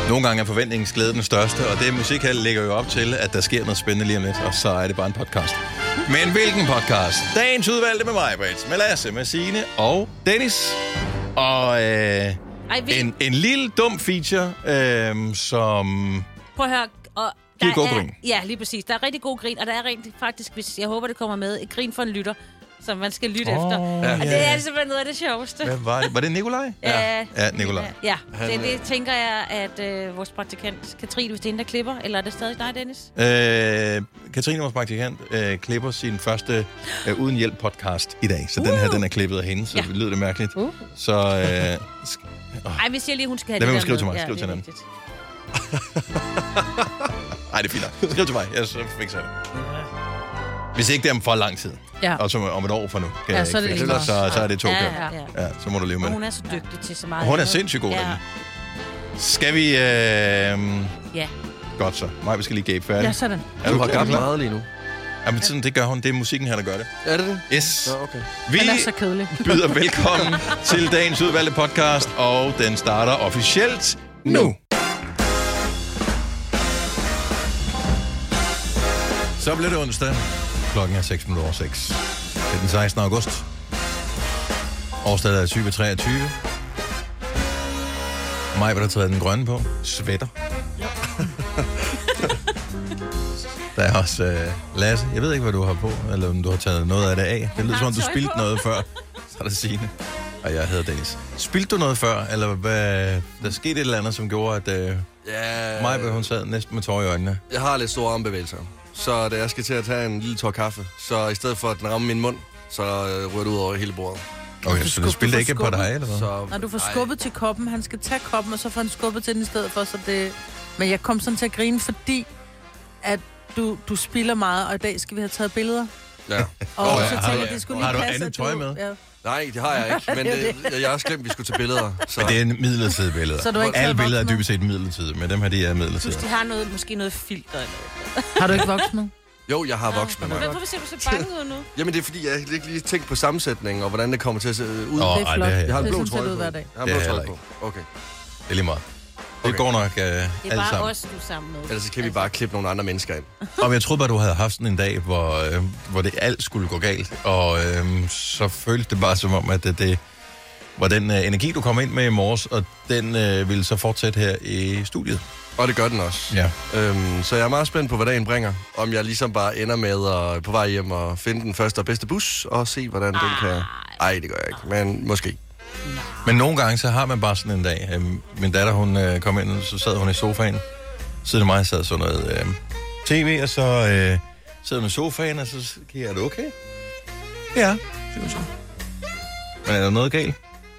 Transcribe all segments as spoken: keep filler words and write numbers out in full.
Nogle gange er forventningsglæde den største, og det musikhallen ligger jo op til, at der sker noget spændende lige om lidt, og så er det bare en podcast. Men hvilken podcast? Dagens udvalgte med mig, Britt, med Lasse, med Signe og Dennis. Og øh, Ej, vi... en, en lille dum feature, øh, som... Prøv at høre... Og giver god er, grin. Ja, lige præcis. Der er rigtig god grin, og der er rent faktisk, hvis jeg håber, det kommer med, et grin for en lytter, som man skal lytte oh, efter. Ja, og det er simpelthen noget af det sjoveste. Hvad var det? Var det Nikolaj? Ja, ja Nikolaj. Ja, det, det tænker jeg, at øh, vores praktikant Katrine, hvis det er hende, der klipper, eller er det stadig dig, Dennis? Øh, Katrine, vores praktikant, øh, klipper sin første øh, Uden Hjælp podcast i dag. Så uh. den her, den er klippet af hende, så ja. Det lyder det mærkeligt. Uh. Så... Øh, sk- oh. Ej, vi siger lige, hun skal have det det der skrive til mig. Skriv til hende. Nej, det er fint. Skriv til mig. Jeg så fikser det. Hvis ikke det er for lang tid. Ja. Og så om et år fra nu. Kan ja, så, er det det så, så er det to ja, ja, ja. ja, så må du leve med og det. Hun er så dygtig til så meget. Og hun er sindssygt god. Ja. Skal vi... Øh... Ja. Godt så. Maj, vi skal lige gabe færdig. Ja, sådan. Er du, du har gabt meget lige nu. Jamen, sådan, det gør hun. Det er musikken her, der gør det. Er det det? Yes. Ja, okay. Vi han er så kedelig. byder velkommen til dagens udvalgte podcast, og den starter officielt nu. Så bliver det onsdag. Klokken er seks minutter over seks. Det er den sekstende august. Årstallet er tyve treogtyve. Maj, hvad der taget den grønne på? Sweater. Ja. Der er også uh, Lasse. Jeg ved ikke, hvad du har på, eller om du har taget noget af det af. Det lyder som om, du spildte på. Noget før. Så er det Signe. Og jeg hedder Dennis. Spildte du noget før, eller hvad? Der skete et eller andet, som gjorde, at uh, ja, Maj, hun sad næsten med tårer i øjnene. Jeg har lidt store armbevægelser. Så da jeg skal til at tage en lille tår kaffe, så i stedet for at den rammer min mund, så øh, rører det ud over hele bordet. Okay, så det spiller ikke på dig, eller hvad? Så, når du får skubbet til koppen, han skal tage koppen, og så får han skubbet til den i stedet for, så det... Men jeg kom sådan til at grine, fordi at du, du spiller meget, og i dag skal vi have taget billeder. Ja. Og oh, ja. så tænker jeg, det skulle lige passe. Har du passe, andet tøj med? Ja. Nej, det har jeg ikke, men det, jeg, jeg har også glemt, at vi skulle tage billeder. Så. Men det er en midlertidig billeder. Så du ikke alle billeder er dybest set midlertidige, men dem her, de er midlertidige. De har noget, måske noget filter eller noget. Har du ikke vokset nu? Jo, jeg har vokset med mig. Hvorfor ser du så bange ud nu? Jamen, det er fordi, jeg ikke lige tænkt på sammensætningen, og hvordan det kommer til at se ud. Oh, det er flot. Jeg har en blå det trøje på. Hver dag. Jeg har en blå trøje på. Okay. Det er lige meget. Det okay. går nok uh, det er bare sammen. os, du er sammen med. Ellers kan vi bare klippe nogle andre mennesker ind. Og jeg troede bare, du havde haft sådan en dag, hvor, øh, hvor det alt skulle gå galt. Og øh, så føltes det bare som om, at det, det var den øh, energi, du kom ind med i morges, og den øh, ville så fortsætte her i studiet. Og det gør den også. Ja. Øhm, så jeg er meget spændt på, hvad dagen bringer. Om jeg ligesom bare ender med at på vej hjem og finde den første og bedste bus, og se, hvordan ah. den kan... Ej, det gør jeg ikke, men måske. Nej. Men nogle gange, så har man bare sådan en dag. Øhm, min datter, hun øh, kom ind, og så sad hun i sofaen. Siden af mig sad sådan noget øh, tv, og så øh, sad hun i sofaen, og så kigger jeg, er det okay? Ja, det var så. Men er der noget galt?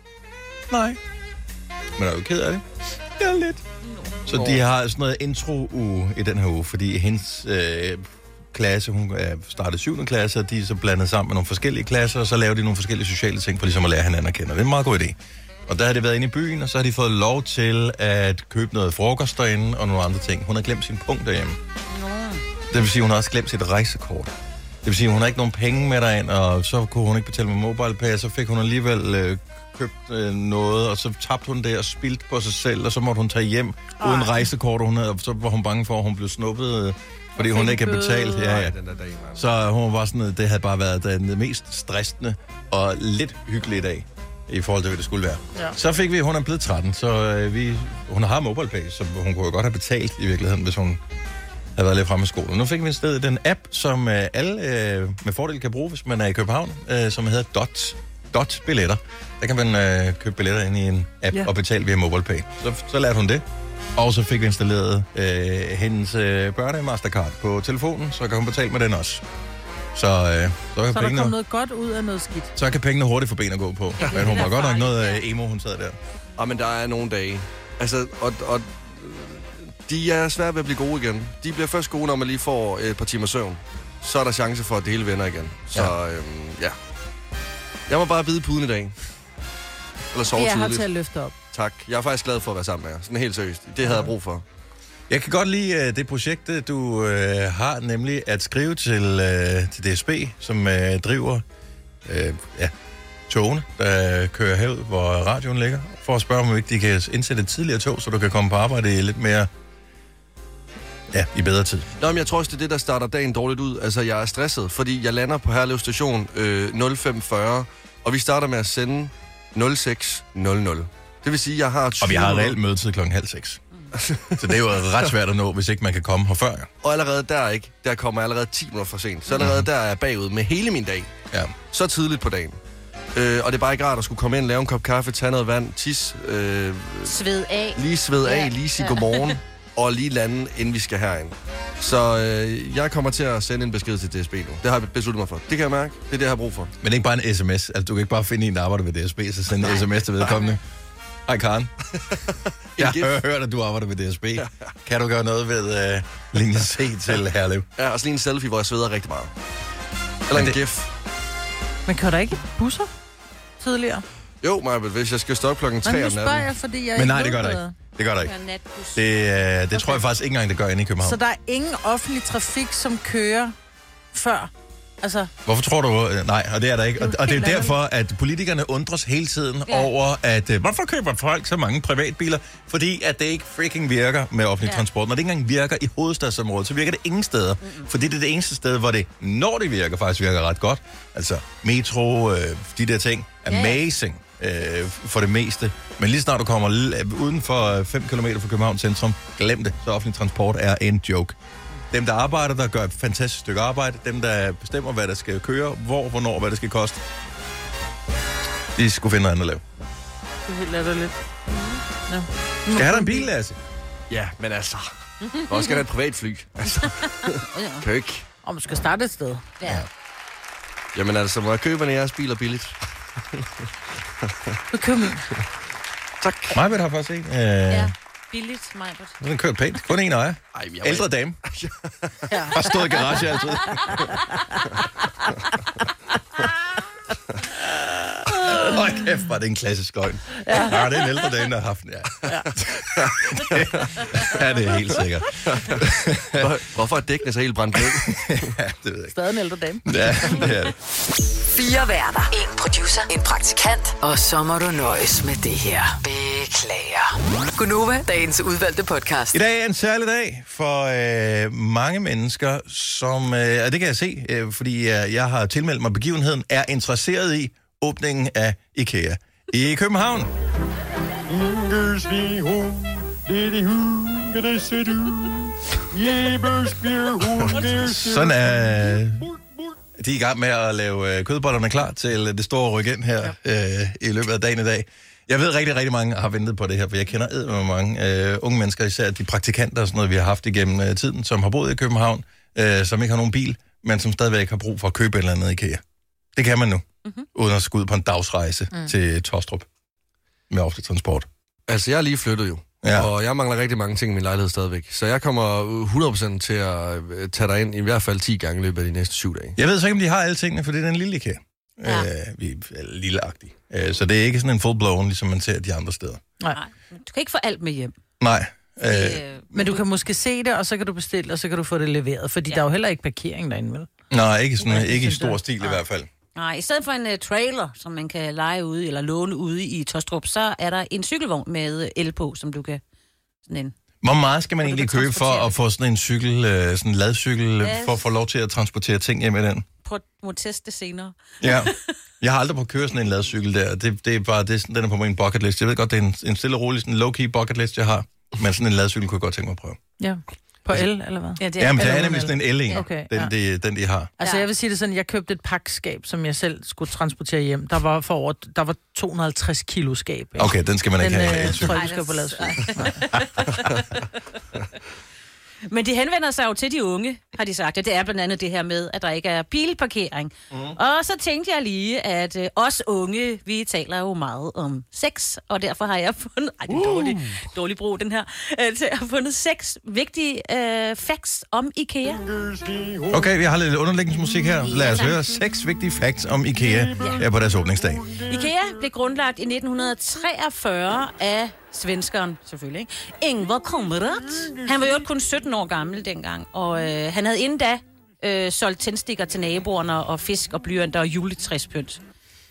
Nej. Men er du ked af det? Ja, lidt. Så de har sådan noget intro-uge i den her uge, fordi hendes øh, klasse, hun er startet syvende klasse, og de er så blandet sammen med nogle forskellige klasser, og så laver de nogle forskellige sociale ting, for ligesom at lære hinanden at kende. Det er en meget god idé. Og der har de været inde i byen, og så har de fået lov til at købe noget frokost derinde, og nogle andre ting. Hun har glemt sin punkt derhjemme. Det vil sige, hun har også glemt sit rejsekort. Det vil sige, hun har ikke nogen penge med derind, og så kunne hun ikke betale med MobilePay, og så fik hun alligevel øh, købt øh, noget, og så tabte hun det og spildte på sig selv, og så måtte hun tage hjem Ej. uden rejsekort, og, hun havde, og så var hun bange for, at hun blev snuppet, øh, fordi hun ikke havde betalt. Ja, ja. Så hun var bare sådan, det havde bare været den mest stressende og lidt hyggelige dag i forhold til, hvad det skulle være. Ja. Så fik vi, hun er blevet tretten, så øh, vi, hun har MobilePay, så hun kunne jo godt have betalt i virkeligheden, hvis hun havde været lidt fremme i skolen. Nu fik vi i stedet den app, som øh, alle øh, med fordel kan bruge, hvis man er i København, øh, som hedder Dot. Dot billetter. Der kan man øh, købe billetter ind i en app yeah. og betale via MobilePay. Så, så lærte hun det. Og så fik vi installeret øh, hendes øh, børne-mastercard på telefonen, så kan hun betale med den også. Så, øh, så, kan så der pengene, kom noget godt ud af noget skidt. Så kan pengene hurtigt få ben at gå på. Men hun var godt nok noget af emo, hun sad der. Ja, men der er nogle dage. Altså, og, og de er svært ved at blive gode igen. De bliver først gode, når man lige får et par timer søvn. Så er der chance for, at det hele vender igen. Så ja. Øhm, ja. Jeg må bare bide puden i dag. Eller sove tidligt. Jeg har til at løfte op. Tak. Jeg er faktisk glad for at være sammen med jer. Sådan helt seriøst. Det havde jeg brug for. Jeg kan godt lide uh, det projekt, du uh, har, nemlig at skrive til, uh, til D S B, som uh, driver uh, ja, togene, der kører herud, hvor radioen ligger, for at spørge, om ikke de kan indsætte et tidligere tog, så du kan komme på arbejde i lidt mere, ja, i bedre tid. Nå, men jeg tror også, det er det, der starter dagen dårligt ud. Altså, jeg er stresset, fordi jeg lander på Herlev station øh, nul fem fyrre, og vi starter med at sende nul seks nul nul. Det vil sige, jeg har tyve Og vi har reelt mødetid klokken halv seks. Så det er jo ret svært at nå, hvis ikke man kan komme her før. Og allerede der ikke, der kommer jeg allerede ti minutter for sent. Så allerede der er jeg bagud med hele min dag. Ja. Så tidligt på dagen. Øh, og det er bare ikke rart at skulle komme ind, lave en kop kaffe, tage noget vand, tis. Øh, sved af. Lige sved af, Ja. lige sige Ja. godmorgen, og lige lande, inden vi skal herind. Så øh, jeg kommer til at sende en besked til D S B nu. Det har jeg besluttet mig for. Det kan jeg mærke. Det er det, jeg har brug for. Men det er ikke bare en sms. Altså, du kan ikke bare finde en, der arbejder ved D S B, så sende en sms til vedkommende. Hej Karen. Jeg har hørt, at du arbejder ved D S B. Kan du gøre noget ved uh, linje C til Herlev? Ja, og så lige en selfie, hvor jeg sveder rigtig meget. Eller en det... gif. Men kører der ikke busser tidligere? Jo, Maja, hvis jeg skal stoppe klokken tre Men nu om spørger natten. jeg, fordi jeg Men nej, ikke det gør ved der ikke. Det gør der ikke. Natbus. Det, uh, det okay. tror jeg faktisk ikke engang, det gør inde i København. Så der er ingen offentlig trafik, som kører før? Altså, Hvorfor tror du? øh, Nej, og det er der ikke. Og, og det er helt derfor, at politikerne undres hele tiden Ja. over, at øh, hvorfor køber folk så mange privatbiler? Fordi at det ikke freaking virker med offentlig Ja. transport. Når det ikke engang virker i hovedstadsområdet, så virker det ingen steder. Mm-hmm. Fordi det er det eneste sted, hvor det, når det virker, faktisk virker ret godt. Altså metro, øh, de der ting. Amazing. Øh, for det meste. Men lige snart du kommer l- uden for fem kilometer fra København centrum, glem det. Så offentlig transport er en joke. Dem, der arbejder, der gør et fantastisk stykke arbejde. Dem, der bestemmer, hvad der skal køre, hvor, hvornår, hvad det skal koste. De skulle finde noget andet at lave. det er helt latterligt. Ja. Skal have dig en bil, Lasse? Ja, men altså... Hvor skal der et privatfly? Altså, kan jo ikke. Og man skal starte et sted. Ja. Jamen altså, må jeg købe en af jeres biler billigt? Du køber min. Tak. Majbert har faktisk en. Øh, Ja. Billigt, Majbert. Den har kørt pænt. Kun en ejer. Ej, jeg Ældre dame. Ja. Har stået i garage altid. Åh, kæft, var det en klassisk løgn. Ja. ja, det er en ældre dame, der har haft den. Ja, ja. ja det er helt sikkert. Hvor, hvorfor er dækkene så helt brændt væk? ja, det ved jeg ikke. Stadig en ældre dame. Ja, det er det. Fire værter. En producer. En praktikant. Og så må du nøjes med det her. Beklager. Gunova, dagens udvalgte podcast. I dag er en særlig dag for øh, mange mennesker, som, øh, og det kan jeg se, øh, fordi øh, jeg har tilmeldt mig begivenheden, er interesseret i åbningen af IKEA i København. Sådan er de er i gang med at lave øh, kødbollerne klar til det store ryk ind her øh, i løbet af dagen i dag. Jeg ved rigtig, rigtig mange har ventet på det her, for jeg kender eddermame mange øh, unge mennesker, især de praktikanter og sådan noget, vi har haft igennem øh, tiden, som har boet i København, øh, som ikke har nogen bil, men som stadigvæk har brug for at købe et eller andet IKEA. Det kan man nu, mm-hmm. uden at skulle ud på en dagsrejse mm. til Tostrup med offentlig transport. Altså, jeg er lige flyttet jo. Ja. Og jeg mangler rigtig mange ting i min lejlighed stadigvæk. Så jeg kommer hundrede procent til at tage dig ind i hvert fald ti gange i løbet af de næste syv dage. Jeg ved så ikke, om de har alle tingene, for det er den lille IKEA. Ja. Øh, vi er lilleagtige. Øh, så det er ikke sådan en full-blown, ligesom man ser de andre steder. Nej. Du kan ikke få alt med hjem. Nej. Øh, Øh, Men du kan måske se det, og så kan du bestille, og så kan du få det leveret. Fordi ja. der er jo heller ikke parkering derinde, vel? nej, ikke, sådan, Nej, ikke i synes stor jeg. stil Nej. i hvert fald. Nej, i stedet for en uh, trailer, som man kan lege ude, eller låne ude i Tostrup, så er der en cykelvogn med el på, som du kan sådan en... Hvor meget skal man Og du egentlig kan købe for transportere at få sådan en cykel, øh, sådan en ladcykel, Ja. for at få lov til at transportere ting hjem i den? Prøv at teste det senere. Ja. Jeg har aldrig prøvet at køre sådan en ladcykel der. Det, det er bare, det, er sådan- den er på min bucket list. Jeg ved godt, det er en, en stille og rolig, sådan en low-key bucket list, jeg har. Men sådan en ladcykel kunne jeg godt tænke mig at prøve. Ja. På el, eller hvad? Ja, det Jamen, det er eller nemlig el. sådan en el-en, Okay, den, ja. de, den de har. Altså, Ja. jeg vil sige det sådan, jeg købte et pakskab, som jeg selv skulle transportere hjem. Der var for over, der var to hundrede og halvtreds kilo skab. Ikke? Okay, den skal man ikke Den have. øh, en tror cykel. jeg, du skal på ladcykel. Men de henvender sig jo til de unge, har de sagt. Og det er blandt andet det her med, at der ikke er bilparkering. Mm. Og så tænkte jeg lige, at øh, os unge, vi taler jo meget om sex, og derfor har jeg fundet... Ej, det er uh. dårlig, dårlig brug, den her. Øh, til, jeg har fundet seks vigtige øh, facts om IKEA. Okay, vi har lidt underlægningsmusik her. Lad os høre seks vigtige facts om IKEA her på deres åbningsdag. IKEA blev grundlagt i nitten treogfyrre af svenskeren, selvfølgelig, ikke? Ingvar Kamprad. Han var jo kun sytten år gammel dengang, og øh, han havde inden da øh, solgt tændstikker til naboerne og fisk og blyanter og juletræspynt.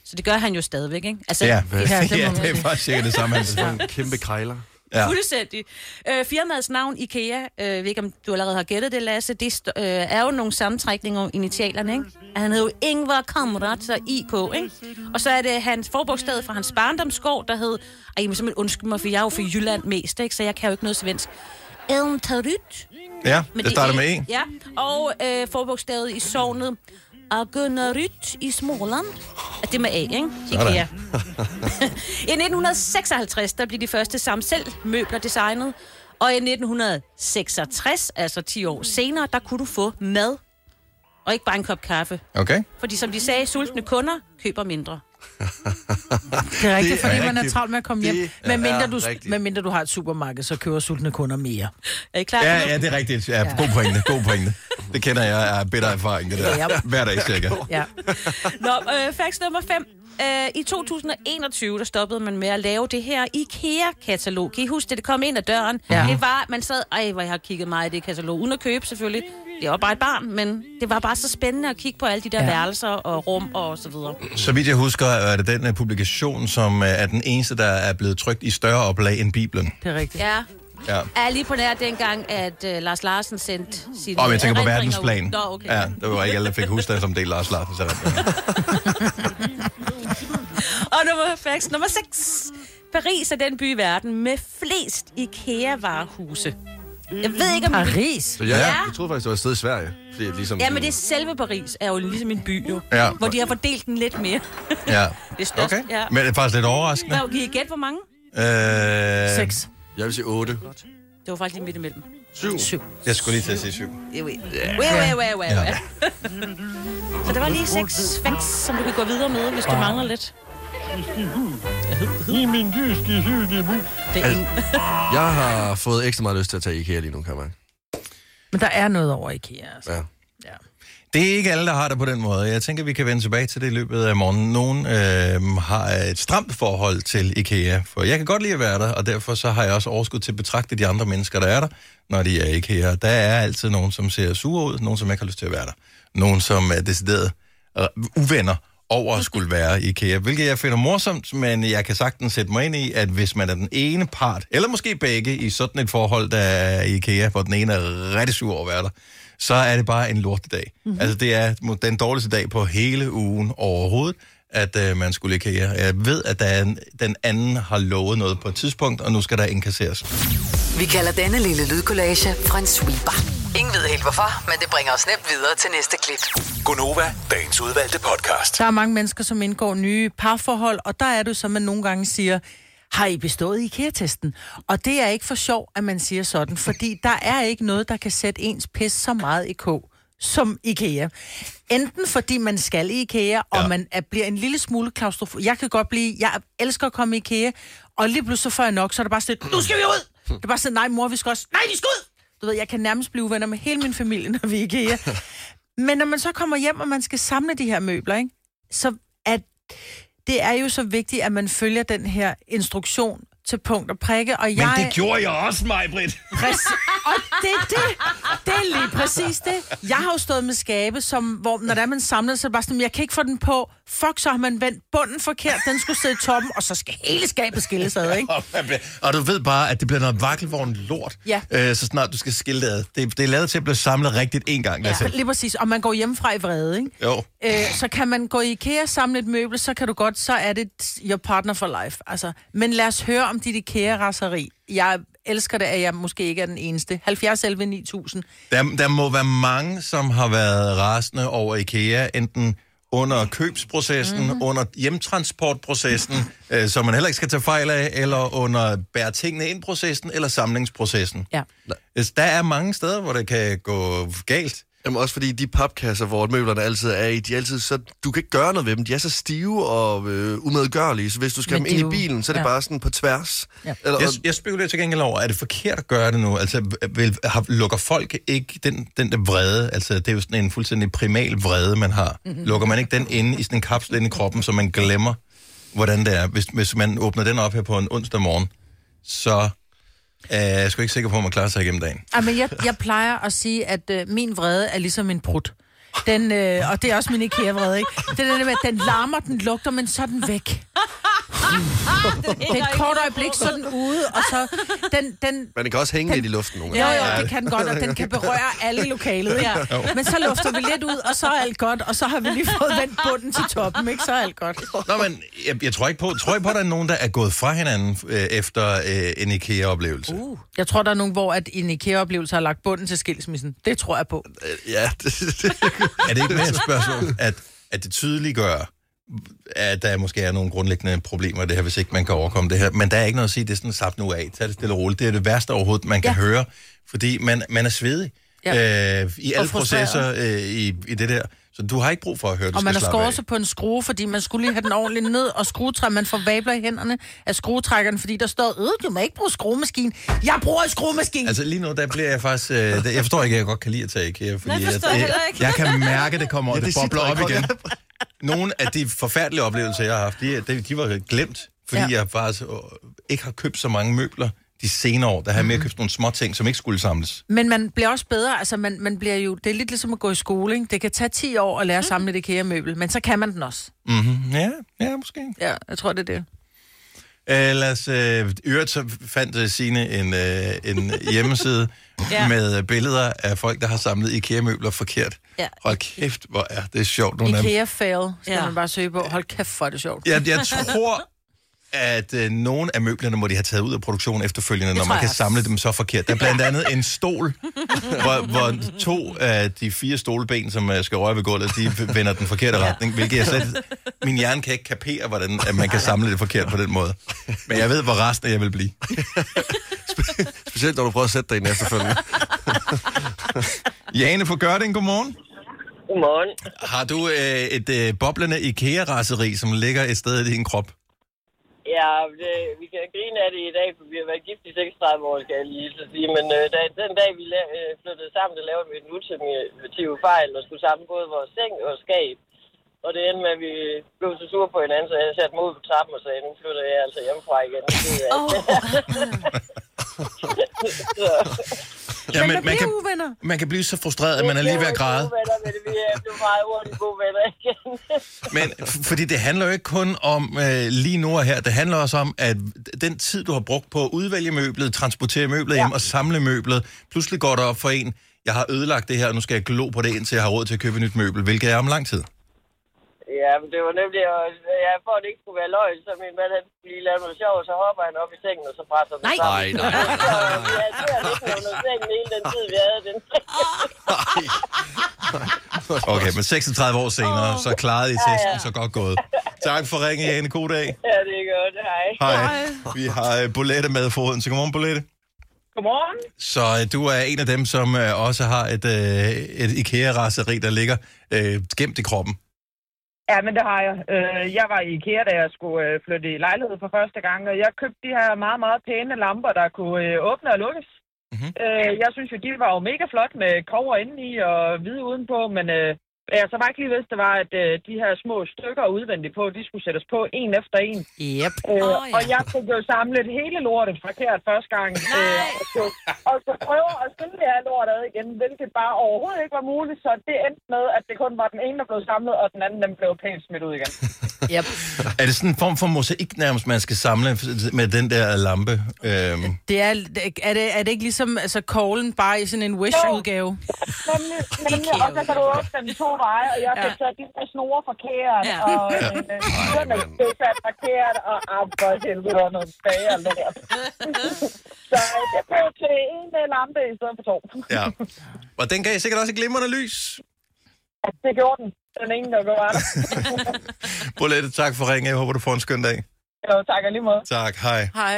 Så det gør han jo stadigvæk, ikke? Altså, Ja, det ja, her, det, ja, det er faktisk cirka det samme. Han Sådan nogle kæmpe krejler. Ja. Fuldstændig. Øh, firmaets navn, IKEA, øh, jeg ved ikke, om du allerede har gættet det, Lasse, det st- øh, er jo nogle sammentrækninger om initialerne, ikke? Han hedder jo Ingvar Kamprad, så I K, ikke? Og så er det hans forbogstav fra hans barndomsgård, der hed... Ej, jeg må simpelthen undskylde mig, for jeg er jo fra Jylland mest, ikke? Så jeg kan jo ikke noget svensk. Elmtaryt. Ja, Men det starter er- med E. Ja, og øh, forbogstavet i sognet Agunaryt i Småland. Er det med A, ikke? IKEA. I nitten seksoghalvtreds, der blev de første Samsel-møbler designet. Og i nitten seksogtres, altså ti år senere, der kunne du få mad. Og ikke bare en kop kaffe. Okay. Fordi som de sagde, sultne kunder køber mindre. Det er rigtigt, Det er fordi man er rigtigt. travlt med at komme hjem. Det Men mindre, er du, rigtigt. men mindre du har et supermarked, så køber sultne kunder mere. Er I klar? Ja, ja, det er rigtigt. Ja, god pointe, god pointe. Det kender jeg af bitter erfaring, det der. Ja. Hver dag cirka. Ja. Nå, øh, facts nummer fem. Øh, I to tusind enogtyve, der stoppede man med at lave det her IKEA-katalog. Kan I huske det? Det kom ind ad døren. Ja. Det var, man sad, ej, hvor jeg har kigget meget i det katalog, uden at købe selvfølgelig. Det var bare et barn, men det var bare så spændende at kigge på alle de der Ja. ja. værelser og rum og så videre. Så vidt jeg husker, er det den uh, publikation, som uh, er den eneste, der er blevet trykt i større oplag end Bibelen. Det er rigtigt. Ja. Ja. Er lige på nær dengang, at uh, Lars Larsen sendte sin... Og jeg tænker på erindringer ud. verdensplan. Nå, okay. Ja, det var ikke alle, der fik husstand, som del Lars Larsen. Og nummer, facts nummer seks. Paris er den by i verden med flest IKEA-varehuse. Jeg ved ikke, om... Paris? Så jeg, Ja. jeg troede faktisk, det var et sted i Sverige. Fordi at ligesom Ja, men det er selve Paris, er jo ligesom en by, jo. Ja. Hvor de har fordelt den lidt mere. Ja. Det er størst, Okay. ja. Men det er faktisk lidt overraskende. Hvad, kan I gætte, hvor mange? Øh, Seks. Jeg vil sige otte. Det var faktisk lige midt imellem. Syv. Syv. Jeg skulle lige til at sige syv. Wait, wait, wait, wait, wait, wait. Så der var lige seks facts, som du kan gå videre med, hvis du mangler lidt. I min jyske hyggebu. Det er en... Jeg har fået ekstra meget lyst til at tage IKEA lige nu, kan man. Men der er noget over IKEA, altså. Ja. Ja. Det er ikke alle, der har det på den måde. Jeg tænker, vi kan vende tilbage til det i løbet af morgenen. Nogen øh, har et stramt forhold til IKEA, for jeg kan godt lide at være der, og derfor så har jeg også overskud til at betragte de andre mennesker, der er der, når de er i IKEA. Der er altid nogen, som ser sure ud, nogen, som ikke har lyst til at være der. Nogen, som er decideret øh, uvenner over at skulle være i IKEA, hvilket jeg finder morsomt, men jeg kan sagtens sætte mig ind i, at hvis man er den ene part, eller måske begge, i sådan et forhold, der er i IKEA, hvor den ene er rigtig sur over at være der, så er det bare en lortedag. Mm-hmm. Altså, det er den dårligste dag på hele ugen overhovedet, at øh, man skulle i IKEA. Jeg ved, at der er en, den anden har lovet noget på et tidspunkt, og nu skal der inkasseres. Vi kalder denne lille lydkollage en sweeper. Ingen ved helt hvorfor, men det bringer os nemt videre til næste klip. Gonova, dagens udvalgte podcast. Der er mange mennesker, som indgår nye parforhold, og der er det som man nogle gange siger, har I bestået IKEA-testen? Og det er ikke for sjov, at man siger sådan, fordi der er ikke noget, der kan sætte ens pis så meget i kog som IKEA. Enten fordi man skal i IKEA, og Ja. man er, bliver en lille smule klaustrofob. Jeg kan godt blive, jeg elsker at komme i IKEA, og lige pludselig så får jeg nok, så er det bare sådan, nu skal vi ud! Det er bare sådan, nej mor, vi skal også, nej, vi skal ud! Du ved, jeg kan nærmest blive venner med hele min familie, når vi er i IKEA. Men når man så kommer hjem, og man skal samle de her møbler, ikke? Så at det er jo så vigtigt, at man følger den her instruktion til punkt og prikke, og jeg... Men det gjorde jeg også, Maj-Brit. Præcis. Og det er det. Det er lige præcis det. Jeg har jo stået med skabe, som, hvor når der man samler, så er det bare sådan, jeg kan ikke få den på. Fuck, så har man vendt bunden forkert. Den skulle sidde i toppen, og så skal hele skabet skilles ad, ikke? Og man bliver- Og du ved bare, at det bliver noget vakkelvogn lort, Ja. øh, så snart du skal skille det ad. Det, det er lavet til at blive samlet rigtigt en gang. Ja, Altså. lige præcis. Og man går hjemmefra i vrede, ikke? Jo. Øh, så kan man gå i IKEA og samle et møbel, så kan du godt, så er det your partner for life. Altså, men lad os høre om dit IKEA-raseri. Jeg elsker det, at jeg måske ikke er den eneste. halvfjerds elleve ni tusind. Der, der må være mange, som har været rasende over IKEA, enten under købsprocessen, mm-hmm. under hjemtransportprocessen, øh, som man heller ikke skal tage fejl af, eller under bære tingene ind-processen, eller samlingsprocessen. Ja. Altså, der er mange steder, hvor det kan gå galt. Jamen også fordi de papkasser, hvor møblerne altid er i, de er altid så, du kan ikke gøre noget ved dem. De er så stive og øh, umedgørlige, så hvis du skal Men have dem ind det er i jo- bilen, så er det ja. bare sådan på tværs. Ja. Eller, Jeg, jeg spekulerer til gengæld over, er det forkert at gøre det nu? Altså, vil, har, lukker folk ikke den, den der vrede? Altså, det er jo sådan en fuldstændig primal vrede, man har. Mm-hmm. Lukker man ikke den inde i sådan en kapsel inde i kroppen, så man glemmer, hvordan det er? Hvis, hvis man åbner den op her på en onsdag morgen, så er jeg sgu ikke sikker på, at man klarer sig igennem dagen. Ej, men jeg, jeg plejer at sige, at øh, min vrede er ligesom en brud. Den, øh, og det er også min IKEA-vrede, ikke? Det er den med, at den larmer, den lugter, men så er den væk. Det er et kort øjeblik, så er den ude, og så... Den, den, Men den kan også hænge den, lidt i luften nogle Jo, gange. jo, det kan den godt, og den kan berøre alle i lokalet, ja. Men så lufter vi lidt ud, og så er alt godt, og så har vi lige fået vendt bunden til toppen, ikke? Så er alt godt. Nå, men jeg, jeg tror ikke på, tror jeg på, at der er nogen, der er gået fra hinanden øh, efter øh, en IKEA-oplevelse. Uh. Jeg tror, der er nogen, hvor at en IKEA-oplevelse har lagt bunden til skilsmissen. Det tror jeg på. Ja, det, det. Er det ikke mere et spørgsmål, at, at det tydeliggør, at der måske er nogle grundlæggende problemer i det her, hvis ikke man kan overkomme det her. Men der er ikke noget at sige, det er sådan, slap nu af, tag det stille og roligt. Det er det værste overhovedet, man kan ja. høre, fordi man, man er svedig ja. øh, i alle processer øh, i, i det der. Så du har ikke brug for at høre, du og skal man har slappe af. skåret sig på en skrue, fordi man skulle lige have den ordentligt ned, og skruetræk, man får vabler i hænderne af skruetrækkeren, fordi der står, øh, du må ikke bruge skruemaskinen. Jeg bruger en skruemaskine! Altså lige nu, der bliver jeg faktisk... Øh, der, jeg forstår ikke, at jeg godt kan lide at tage IKEA, fordi Nej, forstår at, jeg øh, heller ikke. jeg kan mærke, det kommer, ja, det, det bobler op sidder igen. Nogle af de forfærdelige oplevelser, jeg har haft, de, de, de var glemt, fordi ja. jeg faktisk øh, ikke har købt så mange møbler de senere år. Der har jeg mere købt nogle små ting, som ikke skulle samles. Men man bliver også bedre, altså man, man bliver jo, det er lidt ligesom at gå i skole, ikke? Det kan tage ti år at lære at samle et IKEA-møbel, men så kan man den også. Mm-hmm. Ja, ja, måske. Ja, jeg tror, det er det. Uh, lad os, uh, øvrigt så fandt uh, Signe en, uh, en hjemmeside ja. med uh, billeder af folk, der har samlet IKEA-møbler forkert. Ja. Hold kæft, hvor er det sjovt. Nogle IKEA-fail skal ja. man bare søge på. Hold kæft, hvor er det sjovt. Jeg, jeg tror, at uh, nogle af møblerne må de have taget ud af produktionen efterfølgende, det når man kan også. samle dem så forkert. Der er blandt andet en stol, hvor, hvor to af de fire stolben, som uh, skal røre ved gulvet, de vender den forkerte ja. retning, hvilket jeg slet... Min hjerne kan ikke kapere, hvordan at man kan samle det forkert på den måde. Men jeg ved, hvor resten jeg vil blive. Specielt når du prøver at sætte dig ind efterfølgende. Jane fra Gørding, godmorgen. Godmorgen. Har du øh, et øh, boblende IKEA-raseri, som ligger et sted i din krop? Ja, det, vi kan grine af det i dag, for vi har været gift i seksogtredive år, skal jeg lige så sige. Men øh, da, den dag, vi la- øh, flyttede sammen, der lavede vi en ultimativ fejl og skulle sammen både vores seng og skab. Og det endte med, at vi blev så sure på hinanden, så jeg satte mig ud på trappen og sagde, nu flytter jeg altså hjemmefra igen. Oh. Ja, men man kan, man kan blive så frustreret, at man er lige ved at græde. Vi er blevet meget hurtigt gode venner igen. Men fordi det handler jo ikke kun om øh, lige nu og her, det handler også om, at den tid, du har brugt på at udvælge møblet, transportere møblet ja. hjem og samle møblet, pludselig går der op for en, jeg har ødelagt det her, og nu skal jeg glo på det, indtil jeg har råd til at købe et nyt møbel, hvilket er om lang tid. Ja, men det var nemlig, ja, for at det ikke skulle være løgn, så min mand havde lige lavet noget sjovt, så hopper han op i sengen, og så presser den sammen. Nej, nej, nej. Så vi havde svært ikke under sengen hele den tid, vi havde den. Okay, men seksogtredive år senere, så klarede I testen, ja, ja. så godt gået. Tak for ringen, Jane. God dag. Ja, det er godt. Hej. Hej. Vi har uh, Bolette med foden, så godmorgen, Bolette. Godmorgen. Så uh, du er en af dem, som uh, også har et, uh, et IKEA-raseri, der ligger uh, gemt i kroppen. Ja, men det har jeg. Jeg var i IKEA, da jeg skulle flytte i lejlighed for første gang, og jeg købte de her meget, meget pæne lamper, der kunne åbne og lukkes. Mm-hmm. Jeg synes jo, de var jo mega flot med kover indeni og hvide udenpå, men hvad jeg så bare ikke lige vidste, det var, at de her små stykker udvendigt på, de skulle sættes på en efter en. Yep. Øh, oh, ja. Og jeg fik jo samlet hele lortet forkert første gang. Øh, og, så, og så prøve at stille det her lort ad igen, hvilket bare overhovedet ikke var muligt. Så det endte med, at det kun var den ene, der blev samlet, og den anden, den blev pænt smidt ud igen. Yep. Er det sådan en form for mosaik nærmest, man skal samle med den der lampe? Øhm. Det er, er, det, er det ikke ligesom altså, koglen bare i sådan en Wish-udgave? Nemlig, nemlig. Og så kan du åbne den to veje, og jeg fik ja. sat de der snore forkert, ja. og ørerne øh, blev sat forkert, og ah, for helvede, og noget bager lort. Så det blev til en lampe i stedet for to. Ja. Og den gav sikkert også et glimrende lys. Ja, det gjorde den. Den ene, der går der. Bolette, tak for ringen. Jeg håber, du får en skøn dag. Jo, tak lige måde. Tak, hej. Hej.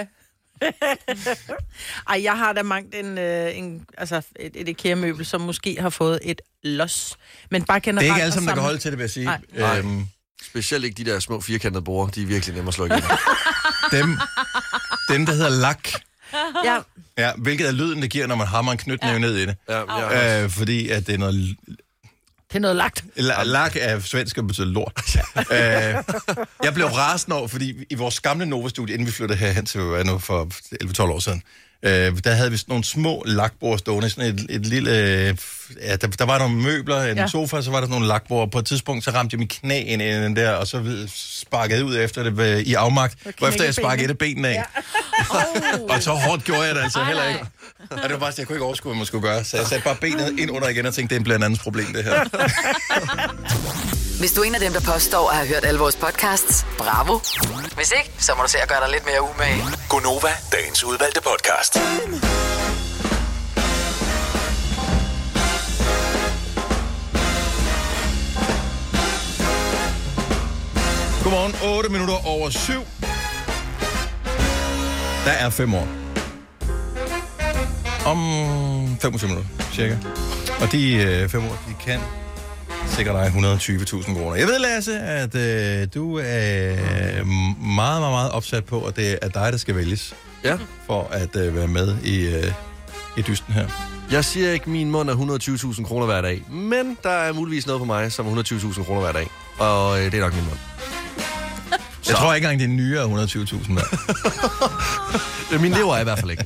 Ej, jeg har da mangt en, øh, en, altså et, et IKEA-møbel, som måske har fået et los. Men bare generelt... Det er ikke alle sammen, der kan holde til det, vil jeg sige. Nej. Øhm. Specielt ikke de der små firkantede borde, de er virkelig nemme at slå igen. dem, dem, der hedder lak. Ja. Ja, hvilket er lyden, det giver, når man hammer en knytnæve ja. ned i det. Ja, ja. Øh, fordi at det er noget... Det er noget lagt. La- lak er svensk og betyder lort. øh, jeg blev rasende over, fordi i vores gamle Nova-studie, inden vi flyttede herhen til nu for elleve tolv år siden, Øh, der havde vi sådan nogle små lakbord stående, sådan et, et lille... Øh, ja, der, der var nogle møbler, en ja. sofa, så var der sådan nogle lakbord. På et tidspunkt, så ramte jeg mit knæ ind i den der, og så sparkede jeg ud efter det øh, i afmagt. Hvorefter jeg sparkede et af benene af. Ja. Oh. Og så hårdt gjorde jeg det altså heller ikke. Og det var bare, jeg kunne ikke overskue, hvad man skulle gøre. Så jeg satte bare benet ind under igen og tænkte, det er en blandt andet problem, det her. Hvis du er en af dem, der påstår at have hørt alle vores podcasts, bravo. Hvis ikke, så må du se at gøre dig lidt mere umage. Gonova, dagens udvalgte podcast. Godmorgen, otte minutter over syv. Der er fem år. Om femogtyve minutter, cirka. Og de øh, fem år, de kan sikkert dig et hundrede og tyve tusind kroner. Jeg ved, Lasse, at øh, du er meget, meget, meget opsat på, at det er dig, der skal vælges. Ja. For at øh, være med i, øh, i dysten her. Jeg siger ikke, at min mund er et hundrede og tyve tusind kroner hver dag, men der er muligvis noget på mig, som er et hundrede og tyve tusind kroner hver dag. Og øh, det er nok min mund. Jeg tror ikke engang, det er nye af et hundrede og tyve tusind hver. Min lever er i hvert fald ikke.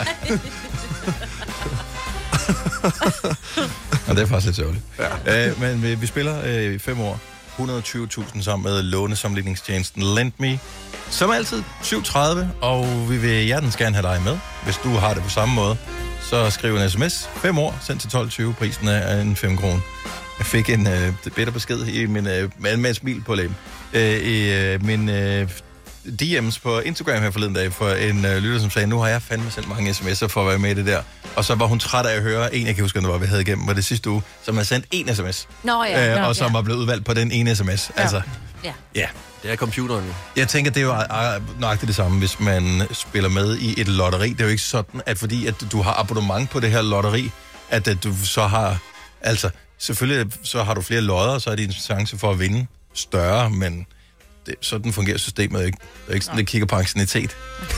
Og det er faktisk lidt sørgeligt. Ja. Øh, men vi, vi spiller øh, i fem år. et hundrede og tyve tusind sammen med lånesammenligningstjenesten LendMe. Som altid syv tredive, og vi vil hjertens gerne have dig med. Hvis du har det på samme måde, så skriv en sms. fem år, send til tolv tyve. Prisen er en fem kroner. Jeg fik en øh, bedre besked i min, øh, med, med et smil på læben. Øh, I øh, min øh, D M's på Instagram her forleden dag, for en øh, lytter, som sagde, nu har jeg fandme sendt mange sms'er for at være med i det der. Og så var hun træt af at høre en, jeg kan huske, det var, vi havde igennem, var det sidste uge, som havde sendt en sms. Nå ja. Øh, Nå, og som ja. var blevet udvalgt på den ene sms. Ja. Altså, ja. ja. Det er computeren. Jeg tænker, det er jo nøjagtigt det samme, hvis man spiller med i et lotteri. Det er jo ikke sådan, at fordi at du har abonnement på det her lotteri, at, at du så har... Altså, selvfølgelig så har du flere lodder, så er din chance for at vinde større, men det, sådan fungerer systemet ikke. Det er ikke sådan, det kigger på anciennitet.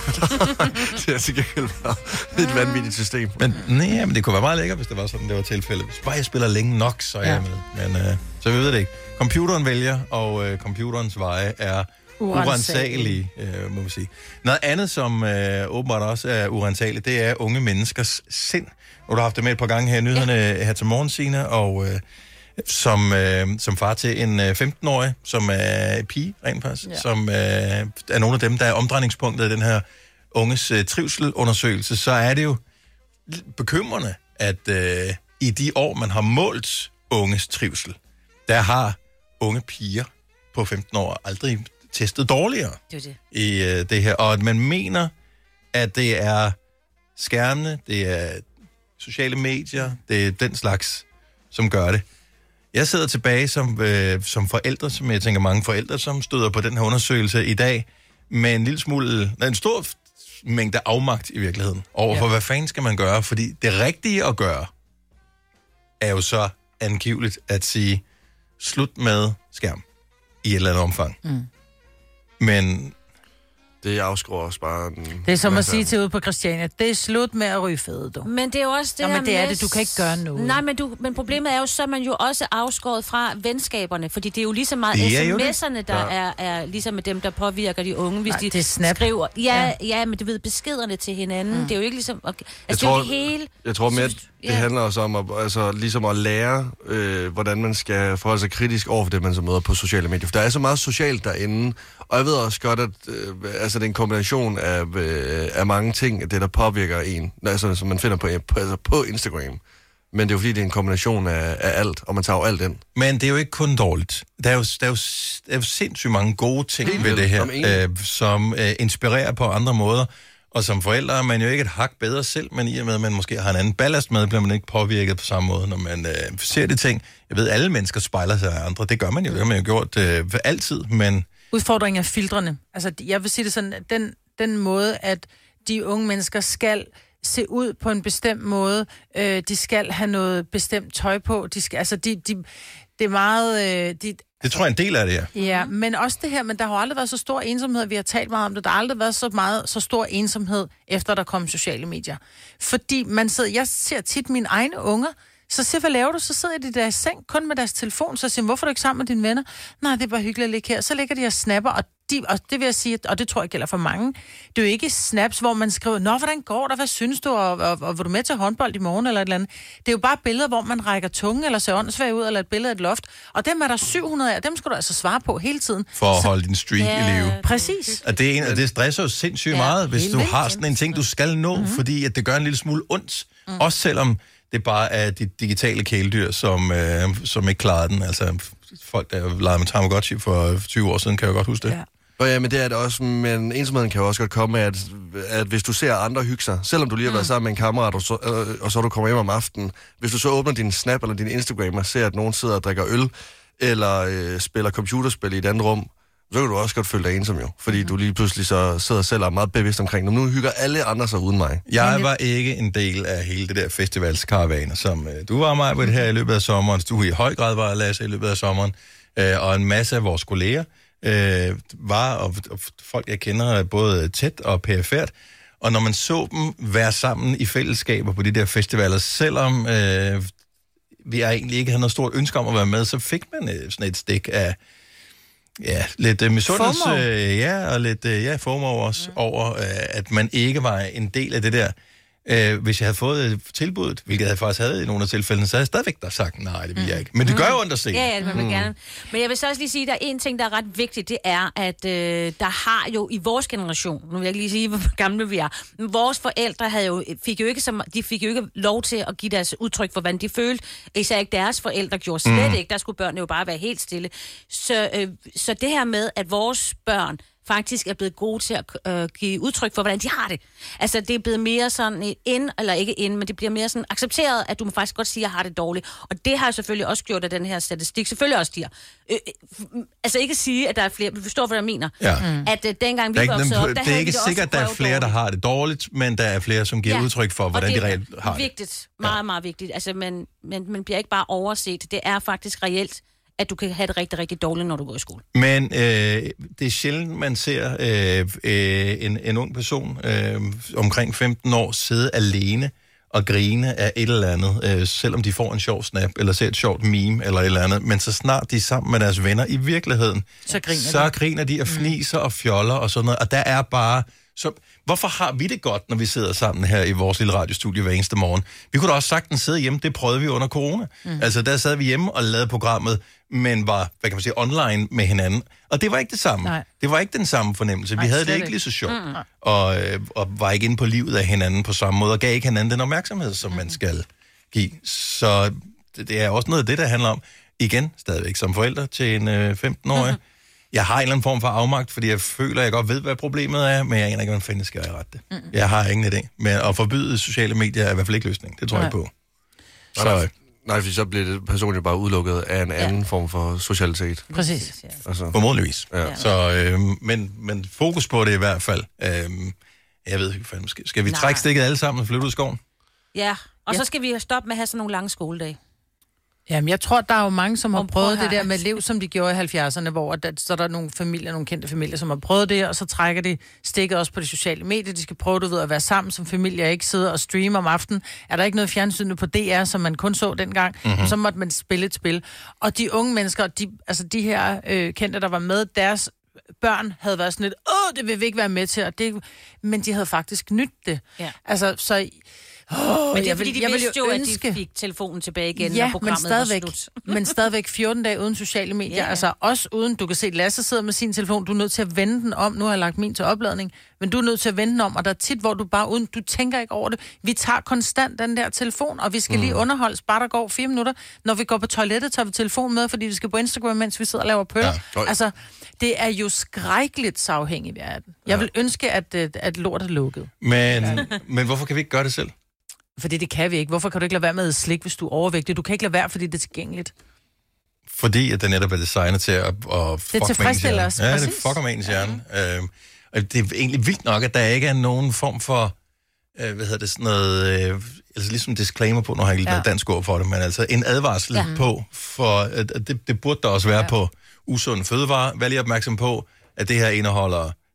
Det er sikkert et vanvittigt system. Men nej, men det kunne være meget lækkert, hvis det var sådan, det var tilfældet. Hvis bare jeg spiller længe nok, så er ja. jeg med. Men øh, så vi ved det ikke. Computeren vælger, og øh, computerens veje er urensagelige, øh, må vi sige. Noget andet, som øh, åbenbart også er urensageligt, det er unge menneskers sind. Nu har du haft det med et par gange her i nyhederne ja. her til morgen, Signe, og øh, som, øh, som far til en øh, femten-årig, som er pige, rent faktisk, ja. som øh, er nogle af dem, der er omdrejningspunktet i den her unges øh, trivselundersøgelse, så er det jo bekymrende, at øh, i de år, man har målt unges trivsel, der har unge piger på femten år aldrig testet dårligere det det. i øh, det her. Og at man mener, at det er skærmene, det er sociale medier, det er den slags, som gør det. Jeg sidder tilbage som, øh, som forældre, som jeg tænker mange forældre, som støder på den her undersøgelse i dag, med en lille smule, en stor mængde afmagt i virkeligheden, overfor ja. hvad fanden skal man gøre, fordi det rigtige at gøre, er jo så angiveligt at sige, slut med skærm i et eller andet omfang. Mm. Men det afskruer også bare... Den, det er som at sige til ude på Christiania, det er slut med at ryge fede, du. Men det er jo også det Nå, her men det er med... det, du kan ikke gøre noget. Nej, men, du, men problemet er jo, så er man jo også afskåret fra venskaberne, fordi det er jo lige så meget sms'erne, der ja. er, er ligesom dem, der påvirker de unge, hvis Nej, de det er snap. skriver... Ja, ja, ja, men du ved, beskederne til hinanden, mm. det er jo ikke ligesom... Okay, altså, jeg tror, det er det hele... Jeg tror mere, synes, det ja. handler også om at, altså, ligesom at lære, øh, hvordan man skal forholde sig kritisk over for det, man så møder på sociale medier. For der er så meget socialt derinde, og jeg ved også godt, at øh, altså, det er en kombination af, øh, af mange ting, det der påvirker en, altså, som man finder på, på, altså, på Instagram. Men det er jo fordi, det er en kombination af, af alt, og man tager jo alt ind. Men det er jo ikke kun dårligt. Der er jo, der er jo, der er jo sindssygt mange gode ting Helt ved det her, øh, som øh, inspirerer på andre måder. Og som forældre er man jo ikke et hak bedre selv, men i og med, at man måske har en anden ballast med, bliver man ikke påvirket på samme måde, når man øh, ser de ting. Jeg ved, alle mennesker spejler sig af andre. Det gør man jo. Det har man jo gjort øh, altid, men... Udfordringen er filtrene. Altså, jeg vil sige det sådan, at den, den måde, at de unge mennesker skal se ud på en bestemt måde, øh, de skal have noget bestemt tøj på, de skal, altså, de, de, det er meget... Øh, de, det tror jeg en del af det, ja. Ja, men også det her, men der har aldrig været så stor ensomhed, vi har talt meget om det, der har aldrig været så meget, så stor ensomhed, efter der kom sociale medier. Fordi man sidder, jeg ser tit mine egne unger, så siger, hvad laver du? Så sidder de der i seng, kun med deres telefon, så siger hvorfor er du ikke sammen med dine venner? Nej, det er bare hyggeligt at ligge her. Så ligger de og snapper, og de, og det vil jeg sige, og det tror jeg gælder for mange, det er jo ikke snaps, hvor man skriver, nå, hvordan går der, hvad synes du, og, og, og vil du med til håndbold i morgen, eller et eller andet. Det er jo bare billeder, hvor man rækker tungen, eller ser åndssvagt ud, eller et billede af et loft, og dem er der syv hundrede af, dem skal du altså svare på hele tiden. For at holde din streak ja, i live. Præcis. Og det, er en, og det stresser jo sindssygt ja, meget, hvis du har sådan en ting, du skal nå, mm-hmm. fordi at det gør en lille smule ondt, mm. også selvom det bare er de digitale kæledyr, som, øh, som ikke klarer den. Altså, folk, der legede med Tamagotchi for tyve år siden, kan jeg godt huske det. Ja. Og ja, men det er det også, men ensomheden kan jo også godt komme af, at, at hvis du ser andre hygge sig, selvom du lige har været sammen med en kammerat, og så, øh, og så du kommer hjem om aftenen, hvis du så åbner din Snap eller din Instagram og ser, at nogen sidder og drikker øl, eller øh, spiller computerspil i et andet rum, så kan du også godt føle dig ensom jo. Fordi mm. du lige pludselig så sidder selv og er meget bevidst omkring, nu hygger alle andre sig uden mig. Jeg var ikke en del af hele det der festivalskaravaner, som øh, du var mig på det her i løbet af sommeren. Du i høj grad var, Lasse, i løbet af sommeren. Øh, og en masse af vores kolleger øh, var, og, og folk jeg kender, både tæt og perifært. Og når man så dem være sammen i fællesskaber på de der festivaler, selvom øh, vi egentlig ikke havde noget stort ønske om at være med, så fik man øh, sådan et stik af ja, lidt uh, misundelse, uh, ja, og lidt uh, ja, FOMO også, mm. over, uh, at man ikke var en del af det der. Uh, hvis jeg havde fået et tilbud, hvilket jeg faktisk havde i nogle af tilfældene, så havde jeg stadigvæk der sagt, nej, det vil jeg ikke. Men det gør jo ondt at se. Ja, ja, det vil man mm. gerne. Men jeg vil så også lige sige, at der er en ting, der er ret vigtigt, det er, at øh, der har jo i vores generation, nu vil jeg ikke lige sige, hvor gamle vi er, men vores forældre havde jo, fik jo ikke så, de fik jo ikke lov til at give deres udtryk for, hvordan de følte. Især ikke deres forældre gjorde slet mm. ikke. Der skulle børnene jo bare være helt stille. Så, øh, så det her med, at vores børn faktisk er blevet gode til at øh, give udtryk for, hvordan de har det. Altså, det er blevet mere sådan ind, eller ikke ind, men det bliver mere sådan accepteret, at du må faktisk godt sige, at jeg har det dårligt. Og det har selvfølgelig også gjort, at den her statistik selvfølgelig også stiger. Øh, øh, altså ikke sige, at der er flere, vi forstår, hvad jeg mener. Ja. At øh, dengang vi voksede op, der det er ikke sikkert, at der er flere, dårligt. Der har det dårligt, men der er flere, som giver ja. udtryk for, hvordan de reelt har det. Vigtigt. Meget, ja. meget vigtigt. Altså, men, men man bliver ikke bare overset. Det er faktisk reelt, at du kan have det rigtig, rigtig dårligt, når du går i skole. Men øh, det er sjældent, man ser øh, øh, en, en ung person øh, omkring femten år sidde alene og grine af et eller andet, øh, selvom de får en sjov snap, eller ser et sjovt meme, eller et eller andet. Men så snart de er sammen med deres venner i virkeligheden, så griner, så de. griner de og fniser og fjoller og sådan noget. Og der er bare... Så, hvorfor har vi det godt, når vi sidder sammen her i vores lille radiostudie hver eneste morgen? Vi kunne da også sagtens sidde hjemme, det prøvede vi under corona. Mm. Altså, der sad vi hjemme og lavede programmet, men var, hvad kan man sige, online med hinanden. Og det var ikke det samme. Nej. Det var ikke den samme fornemmelse. Nej, vi havde det ikke lige så sjovt. Mm. Og, øh, og var ikke inde på livet af hinanden på samme måde, og gav ikke hinanden den opmærksomhed, som mm. man skal give. Så det, det er også noget af det, der handler om, igen, stadigvæk som forældre til en øh, femten-årig. Mm. Jeg har en eller anden form for afmagt, fordi jeg føler, at jeg godt ved, hvad problemet er, men jeg aner ikke, hvordan fanden skal jeg rette det. Mm. Jeg har ingen idé. Men at forbyde sociale medier er i hvert fald ikke løsning. Det tror Nej. jeg på. Så, nej, nej, fordi så bliver det personligt bare udelukket af en anden ja. form for socialitet. Præcis. Ja. Altså. Formodentligvis. Ja. Så, øh, men, men fokus på det i hvert fald. Øh, jeg ved ikke, hvad skal, skal vi Nej. trække stikket alle sammen og flytte ud i skoven? Ja, og ja. så skal vi stoppe med at have sådan nogle lange skoledage. Jamen, jeg tror, der er jo mange, som har prøvet det der med liv, som de gjorde i halvfjerdserne, hvor der, så er der nogle familier, nogle kendte familier, som har prøvet det, og så trækker de stikket også på de sociale medier. De skal prøve, du ved, at være sammen som familie, og ikke sidde og streame om aftenen. Er der ikke noget fjernsyn på D R, som man kun så dengang, mm-hmm. så måtte man spille et spil. Og de unge mennesker, de, altså de her øh, kendte, der var med, deres børn havde været sådan lidt, åh, det vil vi ikke være med til, og det, men de havde faktisk nydt det. Ja. Altså, så... Oh, men det er fordi, de vidste jo, ønske... at de fik telefonen tilbage igen, ja, når programmet men stadigvæk, var slut. men stadigvæk fjorten dage uden sociale medier. Yeah. Altså også uden, du kan se, Lasse sidder med sin telefon, du er nødt til at vende den om. Nu har jeg lagt min til opladning, men du er nødt til at vende den om, og der er tit, hvor du bare uden, du tænker ikke over det. Vi tager konstant den der telefon, og vi skal mm. lige underholdes, bare der går fire minutter. Når vi går på toilettet, tager vi telefonen med, fordi vi skal på Instagram, mens vi sidder og laver pøller. Ja. Altså, det er jo skrækkeligt så afhængig vi er den. Jeg ja. vil ønske, at, at lort er lukket. Men, ja. men hvorfor kan vi ikke gøre det selv? Fordi det kan vi ikke. Hvorfor kan du ikke lade være med at slik, hvis du er overvægtig? Du kan ikke lade være, fordi det er tilgængeligt. Fordi at den netop er designet til at, at fuck det tilfredsstiller os. Ja, det fucker med ens hjerne. Ja. Øhm, og det er egentlig vildt nok, at der ikke er nogen form for, øh, hvad hedder det, sådan noget, øh, altså ligesom disclaimer på, nu har jeg ikke ja. noget dansk ord for det, men altså en advarsel ja. på, for at, at det, det burde der også være ja. på usunde fødevarer. Vær lige opmærksom på, at det her indeholder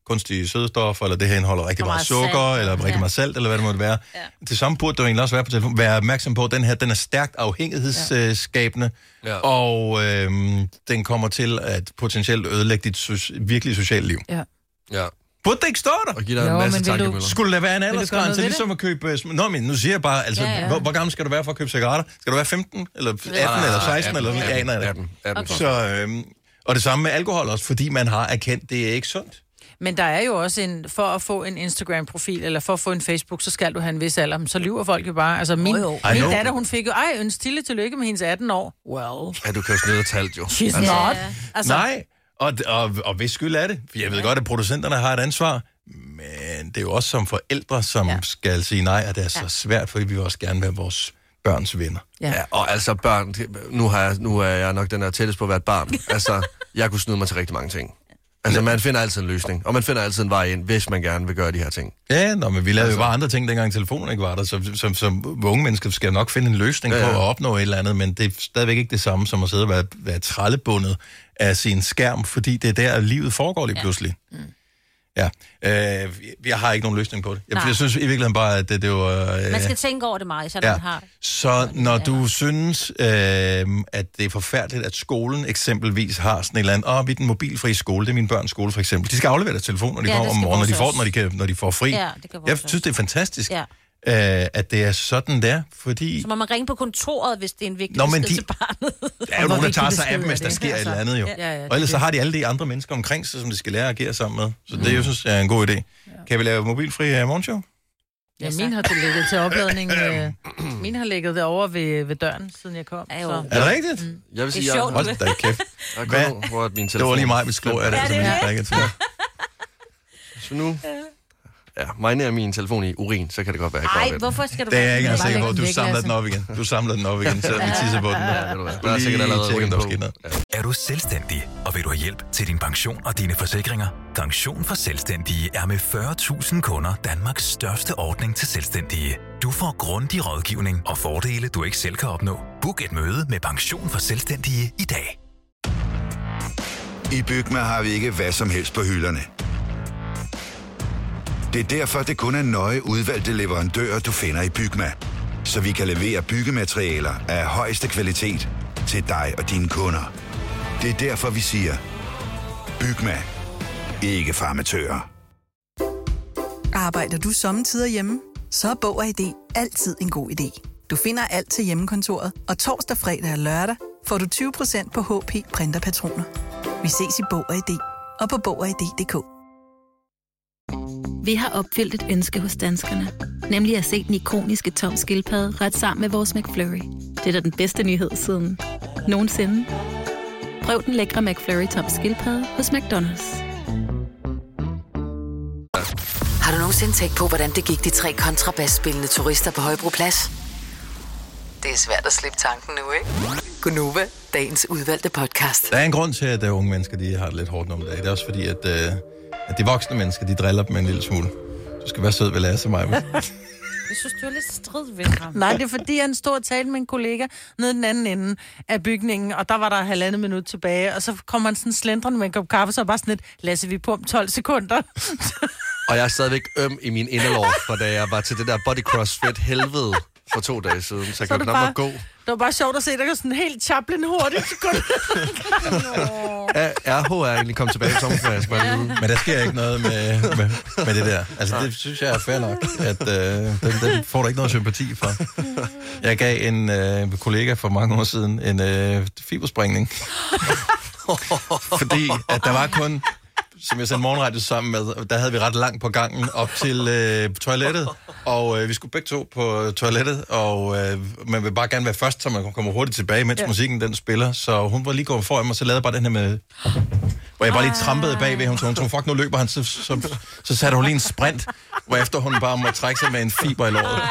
kunstige sødestoffer, eller det her indeholder rigtig meget, meget sukker, salt. eller rigtig Ja. meget salt, eller hvad det måtte være. Ja. Det samme burde du egentlig også være på telefonen. Være opmærksom på, at den her, den er stærkt afhængighedsskabende, Ja. og øhm, den kommer til at potentielt ødelægge dit so- virkelige sociale liv. Ja. Ja. Burde det ikke stå der? Og give dig Jo, en masse men vil du- tankemøller. Skulle der være en gøre noget aldersgrænse, ved ligesom at købe... øh, sm- Nå, men nu siger jeg bare, altså, Ja, ja. Hvor, hvor gammel skal du være for at købe cigaretter? Skal du være femten, eller atten, Nej, eller nej, seksten, eller hvad? Jeg aner det. atten, atten. Okay. Så, øhm, og det samme med alkohol også, fordi man har erkendt, det er ikke sundt. Men der er jo også en, for at få en Instagram-profil, eller for at få en Facebook, så skal du have en vis alder. Så lyver folk jo bare. Altså, min, Jo, jo. min I know. datter, hun fik jo, ej, en stille tillykke med hendes atten år. Well, Ja, du kan jo snyde og talt, jo. she's Altså, not. Ja. Altså, Nej, og, og, og hvis skyld er det. For jeg ved godt, at producenterne har et ansvar, men det er jo også som forældre, som ja. skal sige nej, og det er så svært, fordi vi vil også gerne være vores børns venner. Ja. Ja, og altså børn, nu, har jeg, nu er jeg nok den der tættest på at være et barn. Altså, jeg kunne snyde mig til rigtig mange ting. Altså, man finder altid en løsning, og man finder altid en vej ind, hvis man gerne vil gøre de her ting. Ja, nå, men vi lavede Altså. jo bare andre ting, dengang telefonen ikke var der, så som, som unge mennesker skal nok finde en løsning Ja, ja, ja. på at opnå et eller andet, men det er stadigvæk ikke det samme som at sidde og være, være trællebundet af sin skærm, fordi det er der, livet foregår lige pludselig. Mm. Ja, øh, jeg har ikke nogen løsning på det. Jeg, Nej. jeg synes i virkeligheden bare, at det, det var... Øh, Man skal tænke over det meget, især når Ja. man har... Så når du synes, øh, at det er forfærdeligt, at skolen eksempelvis har sådan et eller andet, åh, vi er den mobilfri skole, det er mine børns skole for eksempel. De skal aflevere deres telefon, når de Ja, kommer det om skal morgenen, når de vores får også. den, når de, kan, når de får fri. Ja, det kan vores Jeg også. synes, det er fantastisk, Ja. øh, at det er sådan der, fordi... Så må man ringe på kontoret, hvis det er en vigtig Nå, men besked de- til barnet. Der er jo hvor nogen, der vigtig tager sig besked af dem, er hvis der det? sker et Altså, eller andet jo. ja, ja, det Og ellers er så det. har de alle de andre mennesker omkring sig, som de skal lære at agere sammen med. Så det, jeg synes, er en god idé. Kan vi lave mobilfri uh, morgenshow? Ja, min har ligget til opladning. Øh, min har ligget derovre ved, ved døren, siden jeg kom. Ja, jo. Så. Er det rigtigt? Mm. Jeg vil sige, Det er jeg, sjovt. Hold da kæft. jeg Hvad? kun hvor at min Det telefon... var lige mig, hvis glor af det, Ja, som det er jeg det. strikker til. Så nu... Ja, mariner min telefon i urin, så kan det godt være, jeg Ej, går ved den. hvorfor skal du... Det er jeg ikke engang Bare sikker på. læg Du den væk, samler Lasse. den op igen. Du samler den op igen, så vi tisser på den. Ja, ved du hvad. Du Der er sikkert allerede tjekke, om urin der på. er sket noget. Er du selvstændig, og vil du have hjælp til din pension og dine forsikringer? Pension for Selvstændige er med fyrre tusind kunder Danmarks største ordning til selvstændige. Du får grundig rådgivning og fordele, du ikke selv kan opnå. Book et møde med Pension for Selvstændige i dag. I Bygma har vi ikke hvad som helst på hylderne. Det er derfor, det kun er nøje udvalgte leverandører, du finder i Bygma. Så vi kan levere byggematerialer af højeste kvalitet til dig og dine kunder. Det er derfor, vi siger, Bygma. Ikke farmatører. Arbejder du sommetider hjemme? Så er Bog og I D altid en god idé. Du finder alt til hjemmekontoret, og torsdag, fredag og lørdag får du tyve procent på H P printerpatroner. Vi ses i Bog og I D og på bog og i d punktum d k. Vi har opfyldt et ønske hos danskerne. Nemlig at se den ikoniske Tom Skildpadde ret sammen med vores McFlurry. Det er da den bedste nyhed siden nogensinde. Prøv den lækre McFlurry Tom Skildpadde hos McDonald's. Har du nogensinde tænkt på, hvordan det gik de tre kontrabasspillende turister på Højbroplads? Det er svært at slippe tanken nu, ikke? Gunova, dagens udvalgte podcast. Der er en grund til, at uh, unge mennesker de har det lidt hårdt om dagen. Det er også fordi, at, uh, at de voksne mennesker, de driller dem en lille smule. Du skal være sød ved Lasse mig. Jeg synes, du er lidt strid ved ham. Nej, det er fordi, han stod og talte med en kollega nede i den anden ende af bygningen, og der var der halvandet minut tilbage, og så kom han sådan slendrende med en kop kaffe, så bare sådan lidt, Lasse, vi er på om tolv sekunder. Og jeg er stadigvæk øm i min inderlov, for da jeg var til det der body crossfit helvede for to dage siden, så jeg Så kan er det knap bare- nok gå. Det var bare sjovt at se, der går sådan helt Chaplin hurtigt. Er R H er egentlig kommet tilbage i sommerferie, skal jeg vide. Men der sker ikke noget med, med, med det der. Altså, det synes jeg er fair nok, at øh, den, den får du ikke noget sympati for. Jeg gav en øh, kollega for mange år siden en øh, fibersprængning. Fordi at der var kun, som jeg sendte morgenradio sammen med, der havde vi ret langt på gangen op til øh, toilettet, og øh, vi skulle begge to på toilettet, og øh, man vil bare gerne være først, så man kommer hurtigt tilbage, mens ja. musikken den spiller. Så hun var lige gået foran mig, så lavede jeg bare den her med, hvor jeg bare lige trampede bagved ham, så hun troede, fuck, nu løber han, så, så, så, så satte hun lige en sprint, hvor efter hun bare må trække sig med en fiber i låret.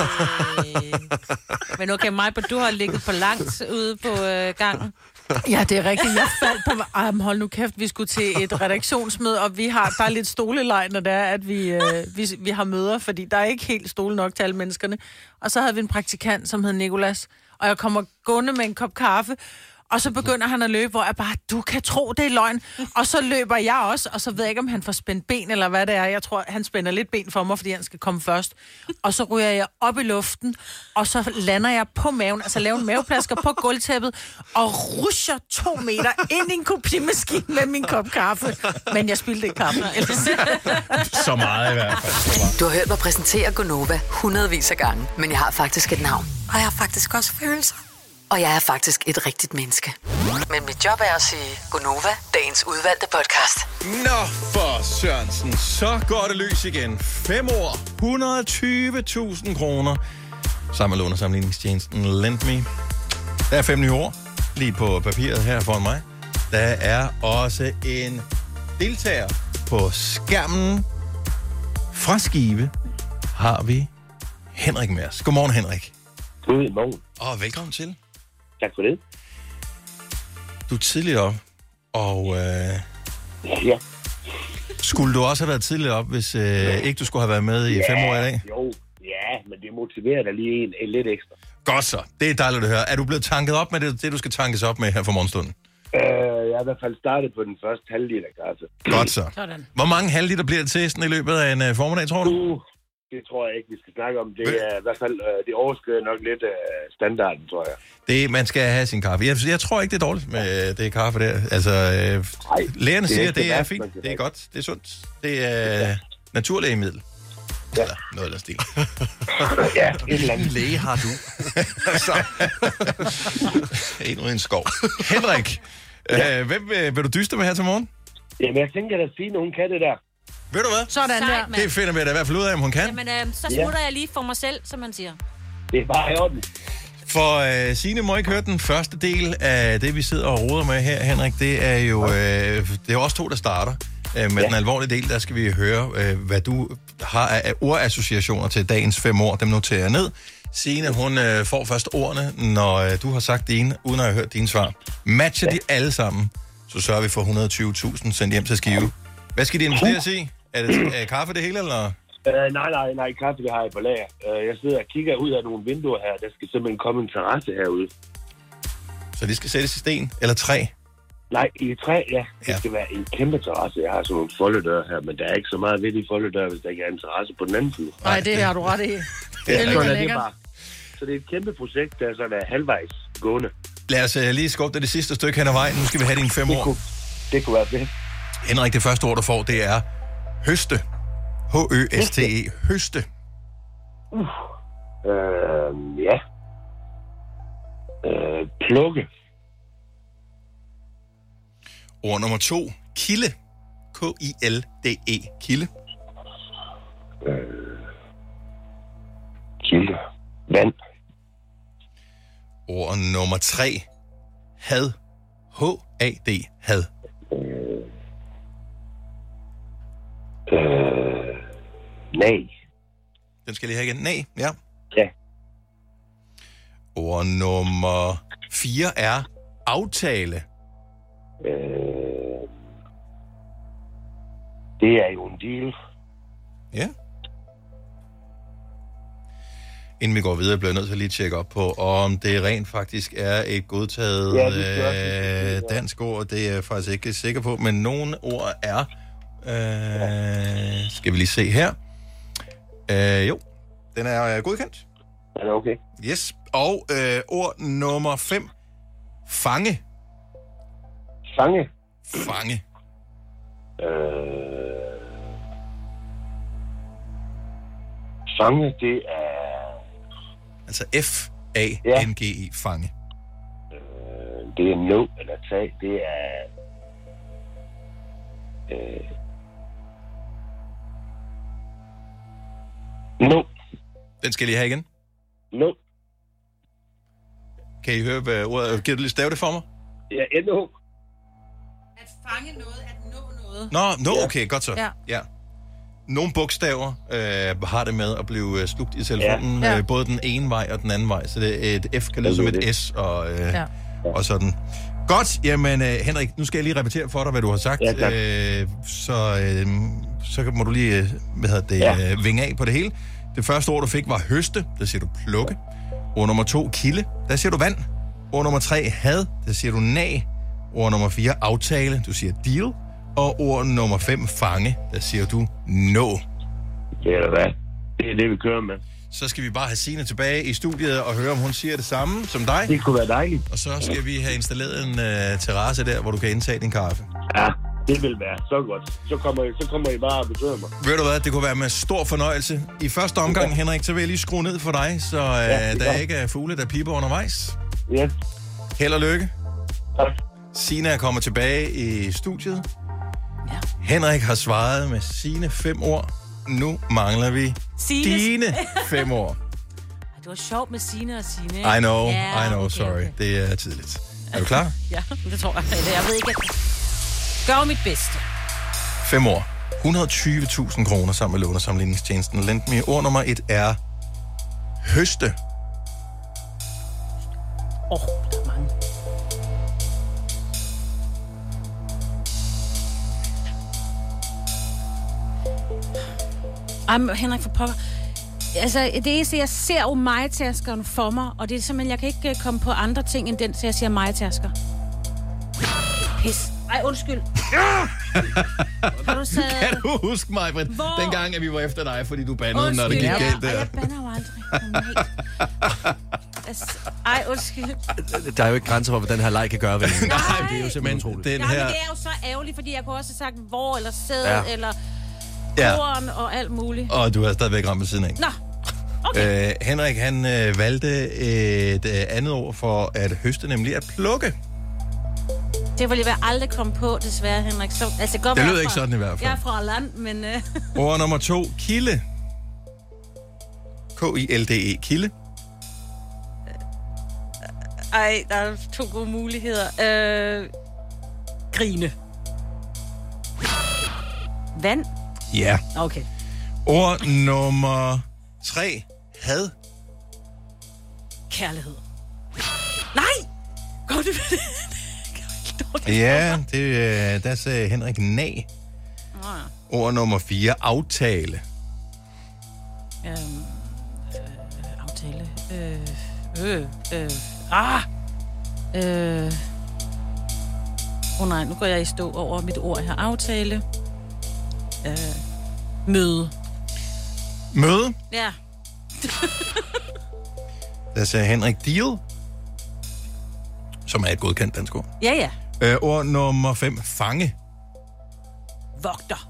Men okay, Majbert, du har ligget for langt ude på øh, gangen. Ja, det er rigtigt. Jeg faldt på... Ej, men hold nu kæft, vi skulle til et redaktionsmøde, og vi har, der er lidt stoleleg, når det er, at vi, øh, vi, vi har møder, fordi der er ikke helt stole nok til alle menneskerne. Og så havde vi en praktikant, som hed Nikolas, og jeg kommer gående med en kop kaffe, Og så begynder han at løbe, hvor jeg bare, du kan tro, det er løgn. Og så løber jeg også, og så ved jeg ikke, om han får spændt ben, eller hvad det er. Jeg tror, han spænder lidt ben for mig, fordi han skal komme først. Og så ryger jeg op i luften, og så lander jeg på maven, altså laver en maveplasker på gulvtæppet, og rusher to meter ind i en kopimaskine med min kop kaffe. Men jeg spildte ikke kaffe. Så meget i hvert fald. Du har hørt mig præsentere Gonova hundredvis af gange, men jeg har faktisk et navn. Og jeg har faktisk også følelser. Og jeg er faktisk et rigtigt menneske. Men mit job er at sige Gonova, dagens udvalgte podcast. Nå for Sørensen, så går det løs igen. Fem år, et hundrede og tyve tusind kroner. Sammen med lånesamligningstjenesten LendMe. Der er fem nye år, lige på papiret her foran mig. Der er også en deltager på skærmen. Fra Skive har vi Henrik med os. Godmorgen, Henrik. Godmorgen. Og velkommen til. Tak for det. Du er tidligere op, og øh, ja. Skulle du også have været tidligere op, hvis øh, ikke du skulle have været med i ja, fem år i dag? Jo, ja, men det motiverer dig lige en, en lidt ekstra. Godt så. Det er dejligt at høre. Er du blevet tanket op med det, det du skal tankes op med her for morgenstunden? Øh, jeg har i hvert fald startet på den første halv liter kaffe. Godt så. Sådan. Hvor mange halv liter bliver det til sådan i løbet af en uh, formiddag, tror du? Uh, det tror jeg ikke, vi skal snakke om. Det er i hvert fald, uh, det overskrider nok lidt uh, standarden, tror jeg. Det, man skal have sin kaffe. Jeg, jeg tror ikke, det er dårligt med uh, det kaffe der. Altså, uh, Ej, lægerne siger, at det er fint. Det er godt. Det er sundt. Det er ja. naturlægemiddel. Ja. Eller noget af den stil. Ja, en eller anden læge har du. En ud i en skov. Henrik, ja. øh, hvem vil, vil du dyste med her til morgen? Jamen, jeg tænker, at Signe, hun kan det der. Ved du hvad? Sådan der. Det finder vi da i hvert fald ud af, om hun kan. Jamen, øh, så smutter ja. jeg lige for mig selv, som man siger. Det er bare i orden. For øh, Signe må ikke høre den første del af det, vi sidder og roder med her, Henrik. Det er jo øh, det er også to, der starter. Øh, med ja. den alvorlige del, der skal vi høre, øh, hvad du har af ordassociationer til dagens fem år. Dem noterer jeg ned. Signe, hun øh, får først ordene, når øh, du har sagt dine, uden at have hørt dine svar. Matcher ja. de alle sammen, så sørger vi for et hundrede og tyve tusind sendt hjem til Skive. Hvad skal de investeres i? Er det er kaffe det hele, eller? Uh, nej, nej, nej, kaffe det har jeg på lager. Uh, jeg sidder og kigger ud af nogle vinduer her. Der skal simpelthen komme en terrasse herude. Så de skal sættes i sten eller træ? Nej, i træ, ja. Det ja. skal være en kæmpe terrasse. Jeg har sådan nogle foldedør her, men der er ikke så meget ved i foldedør, hvis der ikke er en terrasse på den anden side. Nej, det har du ret i. Det ja, lyder lækkert. Så det er et kæmpe projekt, der er sådan er halvvejs gående. Lad os uh, lige skubbe det sidste stykke hen ad vejen. Nu skal vi have dine fem det år. Kunne, det kunne være fedt. Henrik, det første ord, du får, det er høste. H Ø S T E. Høste. Uh. Uh, ja. Uh, plukke. Ord nummer to. Kilde. K I L D E. Kilde. Uh, kilde. Vand. Ord nummer tre. Had. H A D. Had. Uh, uh, nej. Den skal jeg lige have igen. Nej, ja. Ja. Ord nummer fire er aftale. Uh, det er jo en deal. Ja. Inden vi går videre, bliver jeg nødt til at lige tjekke op på, om det rent faktisk er et godtaget ja, det øh, dansk ord. Det er jeg faktisk ikke sikker på, men nogle ord er. Øh, skal vi lige se her. Øh, jo, den er godkendt. Den er okay. Yes. Og øh, ord nummer fem. Fange. Fange? Fange. Øh... Fange, det er... Altså F A N G E, fange. Øh, det er nå eller tag. Det er... Øh... Nå. Den skal jeg lige have igen. Nå. Kan I høre, hvad ordet... Giver du lige stave det for mig? Ja, N O. At fange noget, at nå noget. Nå, nå, okay, godt så. Ja. ja. Nogle bogstaver øh, har det med at blive slugt i telefonen, ja. øh, både den ene vej og den anden vej. Så det, et F kan lyde som et S og, øh, ja. og sådan. Godt, jamen øh, Henrik, nu skal jeg lige repetere for dig, hvad du har sagt. Ja, øh, så, øh, så må du lige øh, hvad hedder det, ja. øh, vinge af på det hele. Det første ord, du fik, var høste. Der siger du plukke. Ord nummer to, kilde. Der siger du vand. Ord nummer tre, had. Der siger du nag. Ord nummer fire, aftale. Du siger deal. Og ord nummer fem, fange. Der siger du no. Det er hvad? Det er det, vi kører med. Så skal vi bare have Signe tilbage i studiet og høre, om hun siger det samme som dig. Det kunne være dejligt. Og så skal vi have installeret en uh, terrasse der, hvor du kan indtage din kaffe. Ja, det vil være så godt. Så kommer I, så kommer I bare og besøger mig. Ved du hvad, det kunne være med stor fornøjelse. I første omgang, ja. Henrik, så vil jeg lige skrue ned for dig, så uh, ja, der ikke er fugle, der piber undervejs. Ja. Held og lykke. Tak. Signe er kommet tilbage i studiet. Ja. Henrik har svaret med sine fem ord. Nu mangler vi Sines. dine fem ord. Det var sjovt med Signe og Signe. I know, ja, I know, okay, sorry. okay. Det er tidligt. Er du klar? Ja, det tror jeg. Jeg ved ikke, gør mit bedste. Fem ord. et hundrede og tyve tusind kroner sammen med lånesamligningstjenesten Lendme. Ord nummer et er høste. Åh, oh, der er mange. Ej, Henrik, for pokker. Altså, det eneste, jeg ser jo majtaskeren for mig, og det er simpelthen, jeg kan ikke komme på andre ting end den, så jeg siger majtasker. Pis. Ej, undskyld. Kan du, sige... kan du huske mig, Britt? Hvor... Dengang, at vi var efter dig, fordi du bandede, undskyld, når det gik ja. galt der. Ej, jeg bander jo aldrig. Altså, ej, undskyld. Der er jo ikke grænser for, hvad den her leg kan gøre ved det. Nej, det er jo simpelthen utroligt. Den ja, her... men det er jo så ærgerligt, fordi jeg kunne også have sagt hvor, eller sæd, ja. eller ja. korn og alt muligt. Og du har stadigvæk ramt ved siden af. Nå, okay. Øh, Henrik, han øh, valgte et øh, andet ord for at høste, nemlig at plukke. Det ville jeg aldrig komme på, desværre, Henrik. Så, altså, godt det lyder fra, ikke sådan i hvert fald. Jeg er fra land, men... Øh... Ord nummer to, kilde. K I L D E, kilde. Ej, der er to gode muligheder. Øh... Grine. Vand? Ja. Okay. Ord nummer tre, had. Kærlighed. Nej! Går det med det? Ja, det, der sagde Henrik nag. Oh, ja. Ord nummer fire, aftale. Øhm, øh, aftale. Øh, øh, øh, ah! Øh. Åh oh, nej, nu går jeg i stå over mit ord her. Aftale. Øh, møde. Møde? Ja. Der sagde Henrik deal, som er et godkendt dansk ord. Ja, ja. Øh, ord nummer fem, fange. Vogter.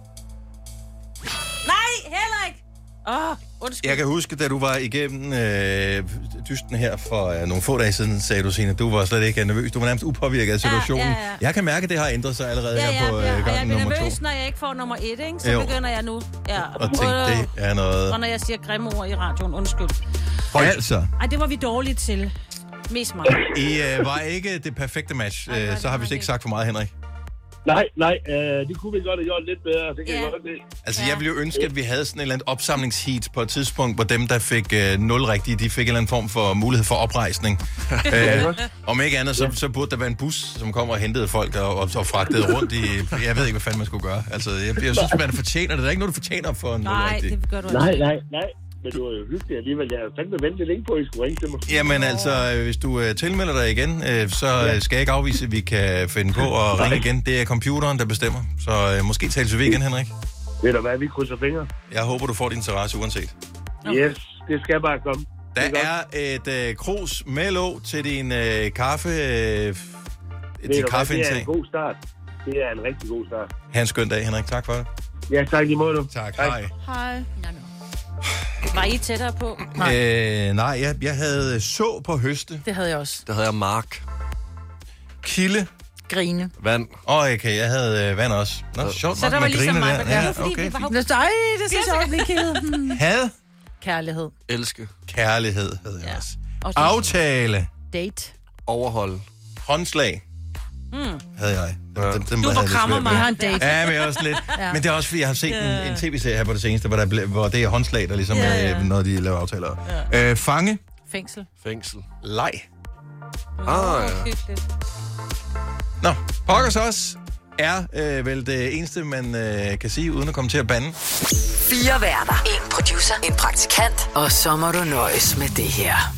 Nej, heller ikke. Åh, oh, undskyld. Jeg kan huske, da du var igennem øh, dysten her for øh, nogle få dage siden, sagde du, Signe, du var slet ikke nervøs. Du var nærmest upåvirket af situationen. Ja, ja, ja. Jeg kan mærke, at det har ændret sig allerede ja, ja, her på øh, ja, gang og jeg nummer bliver nervøs, to. når jeg ikke får nummer et, ikke? Så jo. begynder jeg nu. Ja. Og tænk, det er noget... Og når jeg siger grimme ord i radioen, undskyld. Altså. Ej, det var vi dårlige til. Mest mig. I øh, var ikke det perfekte match, Ej, nej, så har vi ikke sagt for meget, Henrik. Nej, nej, øh, det kunne vi godt have gjort lidt bedre. Det kan yeah. godt det. Altså, jeg ville jo ønske, at vi havde sådan et eller andet opsamlingsheat på et tidspunkt, hvor dem, der fik øh, nul rigtige, de fik en eller anden form for mulighed for oprejsning. øh, om ikke andet, så, så burde der være en bus, som kommer og hentede folk og, og, og fragtede rundt i... Jeg ved ikke, hvad fanden man skulle gøre. Altså, jeg, jeg synes, man fortjener det. Der er ikke noget, du fortjener for en nul rigtig. Nej, det gør du ikke. Nej, nej, nej. Men du er jo hyggelig alligevel. Jeg har fandme ventet længe på, at I skulle ringe til mig. Jamen altså, hvis du uh, tilmelder dig igen, uh, så ja. skal jeg ikke afvise, at vi kan finde på at ringe igen. Det er computeren, der bestemmer. Så uh, måske tales vi igen, Henrik. Ved du hvad, vi krydser fingre. Jeg håber, du får din terrasse uanset. Yes, det skal bare komme. Der er et uh, krus med låg til din uh, kaffe... Uh, til kaffeindtag. Det er en god start. Det er en rigtig god start. Ha' en skøn dag, Henrik. Tak for det. Ja, tak lige måde du. Tak, hej. Hej. Var I tættere på? Nej, øh, nej jeg, jeg havde så på høste. Det havde jeg også. Det havde jeg mark. Kilde. Grine. Vand. Åh, oh, okay, jeg havde øh, vand også. Nå, sjovt så nok der var med ligesom grine mig. der. Ja, Ja, okay. var... Ej, det er så sjovt, vi kilde. Hmm. Had. Kærlighed. Elske. Kærlighed havde jeg Ja. også. også. Aftale. Date. Overhold. Håndslag. Mm. Havde jeg. Dem, dem, dem Du havde var jeg krammer lidt mig. svært Vi har med. en date. Ja, men jeg også lidt. Ja. Men det er også, fordi jeg har set en, en tv-serie her på det seneste, hvor, der ble, hvor det er håndslag, der ligesom Ja, er, ja. når de laver aftaler. Ja. Øh, fange. Fængsel. Fængsel. Leg. Ah, ja. Hyggeligt. Nå, pokkers også er øh, vel det eneste, man øh, kan sige, uden at komme til at bande. Fire værter. En producer. En praktikant. Og så må du nøjes med det her.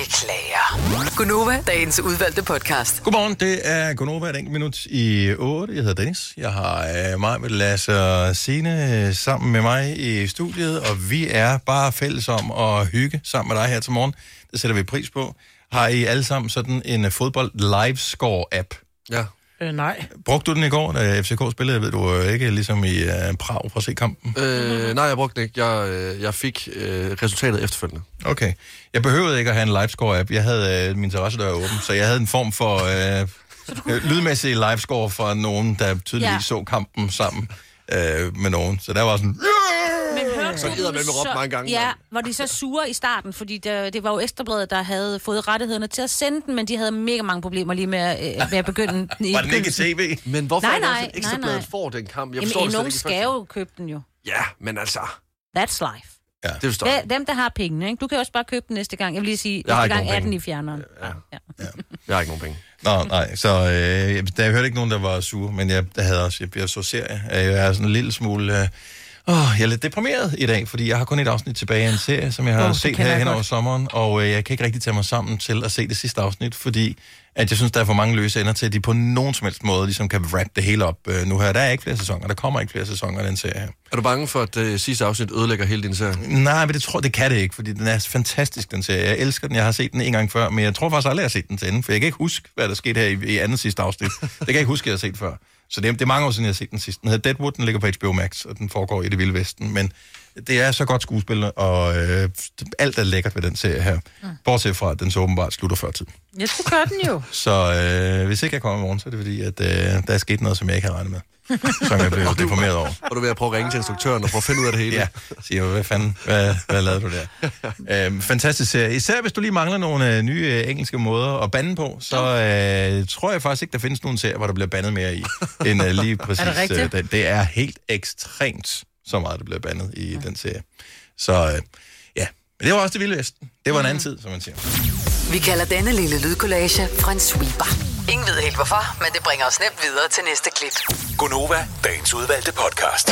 Beklager. Gunova, dagens udvalgte podcast. Godmorgen, det er Gunova, et enkelt minut i otte. Jeg hedder Dennis. Jeg har øh, mig med Lasse og Signe øh, sammen med mig i studiet, og vi er bare fælles om at hygge sammen med dig her til morgen. Det sætter vi pris på. Har I alle sammen sådan en fodbold livescore-app? Ja. Øh, nej. Brugte du den i går, da F C K spillede? Ved du ikke, ligesom i uh, Prag for at se kampen? Øh, nej, jeg brugte den ikke. Jeg, øh, jeg fik øh, resultatet efterfølgende. Okay. Jeg behøvede ikke at have en livescore-app. Jeg havde øh, min terrassedør åben, så jeg havde en form for øh, øh, lydmæssig livescore fra nogen, der tydeligvis ja. så kampen sammen øh, med nogen. Så der var sådan... Men hørte så gider man med råbt mange gange. Ja, var de så sure i starten, fordi det, det var jo Ekstrabladet, der havde fået rettighederne til at sende den, men de havde mega mange problemer lige med, øh, med at begynde den. Var den ikke i tv? Men hvorfor nej, er det, nej, at Ekstrabladet får den kamp? Jeg Jamen, forstår det nogen ikke skal jo købe den jo. Ja, men altså... That's life. Ja. Det forstår jeg. Dem, der har pengene, ikke? Du kan også bare købe den næste gang. Jeg vil lige sige, Jeg næste gang er den i fjerneren. Ja. Ja. Ja. Jeg har ikke nogen penge. Nå, nej, så øh, der, jeg hørte ikke nogen, der var sure, men jeg der havde også, jeg, jeg så serie. Jeg er sådan en lille smule... Øh, Åh, jeg er lidt deprimeret i dag, fordi jeg har kun et afsnit tilbage af en serie, som jeg har oh, set her hen over sommeren, og øh, jeg kan ikke rigtig tage mig sammen til at se det sidste afsnit, fordi at jeg synes, der er for mange løse ender til, at de på nogen som helst måde ligesom kan wrap det hele op øh, nu her. Der er ikke flere sæsoner, der kommer ikke flere sæsoner af den serie her. Er du bange for, at det sidste afsnit ødelægger hele din serie? Nej, men det tror det kan det ikke, fordi den er fantastisk, den serie. Jeg elsker den, jeg har set den en gang før, men jeg tror faktisk aldrig, jeg har set den til enden, for jeg kan ikke huske, hvad der skete her i, i andet sidste afsnit. Det kan jeg ikke huske, jeg har set før. Så det er, det er mange år siden, jeg har set den sidste. Den hedder Deadwood, den ligger på H B O Max, og den foregår i det vilde vesten. Men det er så godt skuespil, og øh, alt er lækkert ved den serie her. Mm. Bortset fra, at den så åbenbart slutter før tid. Jeg skulle gøre den jo. Så øh, hvis ikke jeg kommer i morgen, så er det fordi, at øh, der er sket noget, som jeg ikke har regnet med. Som jeg blev deprimeret over. Og du vil prøve at ringe til instruktøren og prøve at finde ud af det hele. Ja, siger hvad fanden, hvad, hvad lavede du der? øhm, fantastisk serie. Især hvis du lige mangler nogle øh, nye øh, engelske måder at bande på, så øh, tror jeg faktisk ikke, der findes nogen serie, hvor der bliver bandet mere i, end øh, lige præcis. Er det rigtigt? Øh, det, det er helt ekstremt, så meget der bliver bandet i ja. den serie. Så øh, ja, men det var også det vilde vesten. Det var en anden tid, som man siger. Vi kalder denne lille lydkollage en sweeper. Ingen ved helt hvorfor, men det bringer os nemt videre til næste klip. Gunova, dagens udvalgte podcast.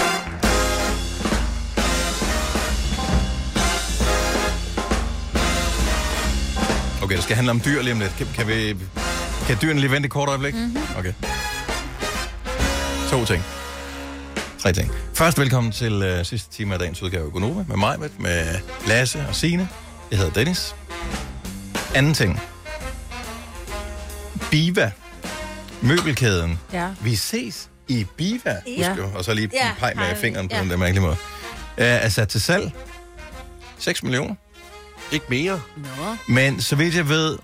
Okay, det skal handle om dyr lige om lidt. Kan, kan, vi, kan dyrene lige vente et kort øjeblik? Mm-hmm. Okay. To ting. Tre ting. Først velkommen til uh, sidste time af dagens udgave af Gunova med mig, med Lasse og Signe. Jeg hedder Dennis. Anden ting. Biva. Møbelkæden. Ja. Vi ses i Biva. Ja. Husk jo. Og så lige Ja, peg med hej. fingeren på Ja. den der mærkelige måde. Uh, er sat til salg. seks millioner. Ikke mere. Nå. Men så vidt jeg ved,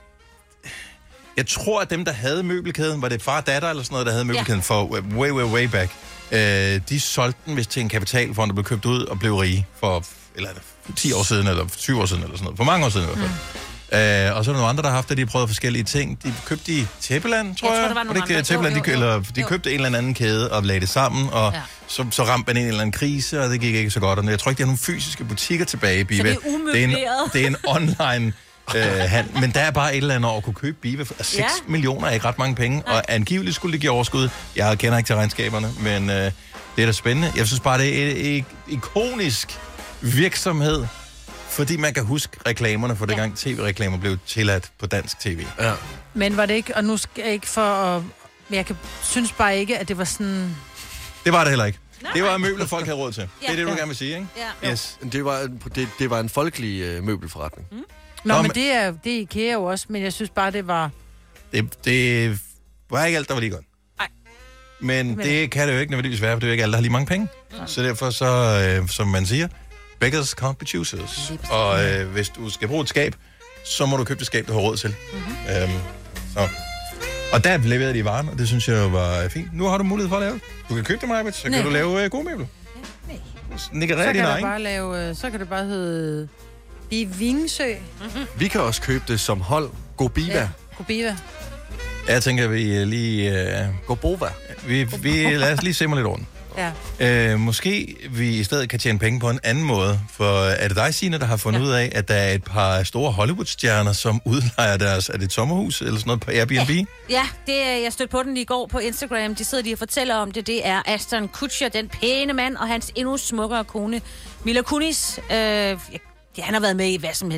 jeg tror, at dem, der havde møbelkæden, var det far og datter eller sådan noget, der havde møbelkæden ja. for way, way, way back. Øh, de solgte den vist til en kapitalfond, der blev købt ud og blev rige for eller, ti år siden, eller tyve år siden, eller sådan noget. For mange år siden i hvert fald. Mm. Øh, og så er der nogle andre, der har haft det, de prøvede forskellige ting. De købte i Tæppeland, tror jeg. Jeg tror, der var nogle det ikke andre. Tæppeland, Jo, de, jo, jo. eller, de Jo. købte en eller anden kæde og lagde det sammen, og Ja. så, så ramte man en eller anden krise, og det gik ikke så godt. Og jeg tror ikke, de har nogle fysiske butikker tilbage i Biva. det er det er en, umøbleret. det er en online øh, handel. Men der er bare et eller andet over at kunne købe Biva. seks Ja. millioner er ikke ret mange penge, og angiveligt skulle det give overskud. Jeg kender ikke til regnskaberne, men øh, det er da spændende. Jeg synes bare, det er en ikonisk virksomhed, fordi man kan huske reklamerne, for dengang tv-reklamer blev tilladt på dansk tv. Ja. Men var det ikke, og nu skal jeg ikke for at... Men jeg kan, synes bare ikke, at det var sådan... Det var det heller ikke. Det var møbler, folk havde råd til. Det er det, du Ja. gerne vil sige, ikke? Ja. Yes. Det var, det, det var en folkelig øh, møbelforretning. Mm. Nå, Nå, men men- det er, det er IKEA jo også, men jeg synes bare, det var... Det, det var ikke alt, der var lige godt. Nej. Men, Men- det kan det jo ikke nødvendigvis være, for det er jo ikke alle, der har lige mange penge. Mm. Så derfor så, øh, som man siger, beggars can't be choosers. Og øh, hvis du skal bruge et skab, så må du købe det skab, du har råd til. Mm-hmm. Øhm, så. Og der leverede de varen, og det synes jeg var fint. Nu har du mulighed for at lave det. Du kan købe det, Majbet, så Nej. kan du lave øh, gode møbler. Nej. Så Nikkerer kan, din der egen. bare lave, øh, så kan det bare hedde... I Vingsø. Mm-hmm. Vi kan også købe det som hold. Gobiva. Ja, Gobiva. Jeg tænker, vi øh, lige... Øh, Gobova. vi, vi lad os lige simre lidt rundt. Ja. Øh, måske vi i stedet kan tjene penge på en anden måde. For er det dig, Signe, der har fundet ja. ud af, at der er et par store Hollywood-stjerner, som udlejer deres... Er det et sommerhus eller sådan noget på Airbnb? Ja, ja det, er- jeg stødte på den i går på Instagram. De sidder lige og fortæller om det. Det er Ashton Kutcher, den pæne mand, og hans endnu smukkere kone, Mila Kunis. Øh, ja, han har været med i hvad som helst.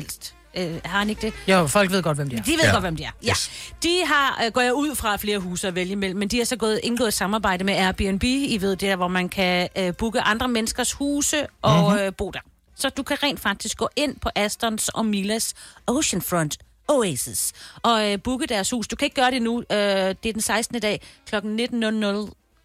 Øh, har han ikke det? Jo, folk ved godt, hvem de er. De ved Ja. ja. godt, hvem de er. Ja. Yes. De har, øh, går jeg ud fra flere huse at vælge imellem, men de har så gået, indgået et samarbejde med Airbnb. I ved, det er, hvor man kan øh, booke andre menneskers huse og Mhm. mm-hmm. øh, bo der. Så du kan rent faktisk gå ind på Astons og Milas Oceanfront Oasis og øh, booke deres hus. Du kan ikke gøre det nu. Øh, det er den sekstende dag klokken nitten nul nul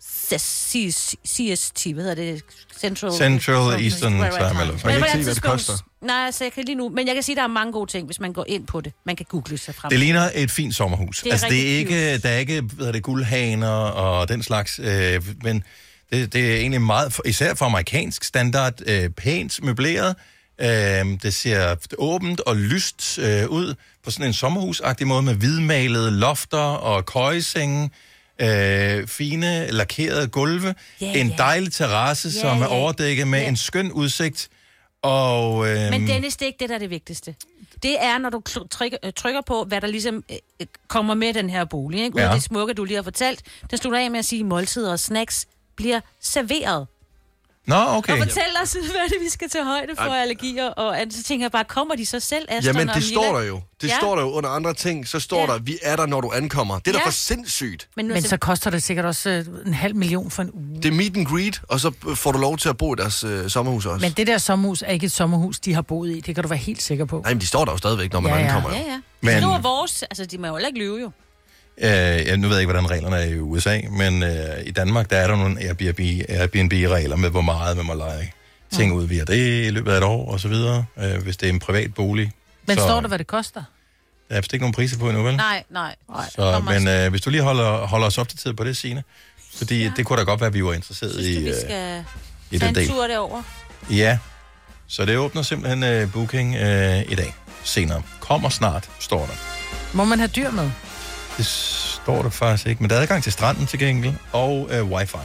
C S T, hvad hedder det? Central, Central Eastern Right, right, Time, right. eller Man kan Men ikke på se, et hvad det tidspunkt- koster. Nej, så jeg kan lige nu. Men jeg kan sige, at der er mange gode ting, hvis man går ind på det. Man kan google sig frem. Det ligner et fint sommerhus. Det er altså, det er rigtig ikke, der er ikke hvad hedder det, guldhaner og den slags, øh, men det, det er egentlig meget, især for amerikansk standard, øh, pænt møbleret. Øh, det ser åbent og lyst øh, ud på sådan en sommerhusagtig måde med hvidmalede lofter og køjesenge. Øh, fine, lakerede gulve, Ja, en ja. dejlig terrasse, Ja, som er ja. overdækket med Ja. en skøn udsigt. Og, øh, Men Dennis, det er ikke det, der er det vigtigste. Det er, når du kl- trykker, øh, trykker på, hvad der ligesom øh, kommer med den her bolig. Ikke? Ud af Ja. det smukke, du lige har fortalt. Den slutter af med at sige, at måltider og snacks bliver serveret. Nå, okay. Og fortæl os, hvad er det, vi skal tage højde for Ej. allergier. Og at- så tænker jeg bare, kommer de så selv, Aston Jamen, og det Mila? står der jo. Det Ja. står der jo under andre ting. Så står Ja. der, vi er der, når du ankommer. Det er da Ja. for sindssygt. Men, nu, Men så koster det sikkert også øh, en halv million for en uge. Det er meet and greet, og så får du lov til at bo i deres øh, sommerhus også. Men det der sommerhus er ikke et sommerhus, de har boet i. Det kan du være helt sikker på. Nej, men de står der jo stadigvæk, når man Ja, ja. ankommer. Jo. Ja, ja. Men- Men... Nu er vores, altså de må jo heller ikke lyve jo. Øh, jeg, nu ved jeg ikke, hvordan reglerne er i U S A, men øh, i Danmark, der er der nogle Airbnb, Airbnb-regler med, hvor meget man må lege ting ud via det i løbet af et år, og så videre, øh, hvis det er en privat bolig. Men så, står der, hvad det koster? Der er vist ikke nogen priser på endnu, vel? Nej, nej. nej. Så, men øh, hvis du lige holder, holder os opdateret på det, Signe, fordi ja. det kunne da godt være, at vi var interesseret Synes du, i, vi øh, skal i tage den en del. tur derover? Ja, så det åbner simpelthen øh, booking øh, i dag. Senere. Kommer snart, står der. Må man have dyr med? Det står der faktisk ikke, men der er adgang til stranden til gengæld, og øh, wifi.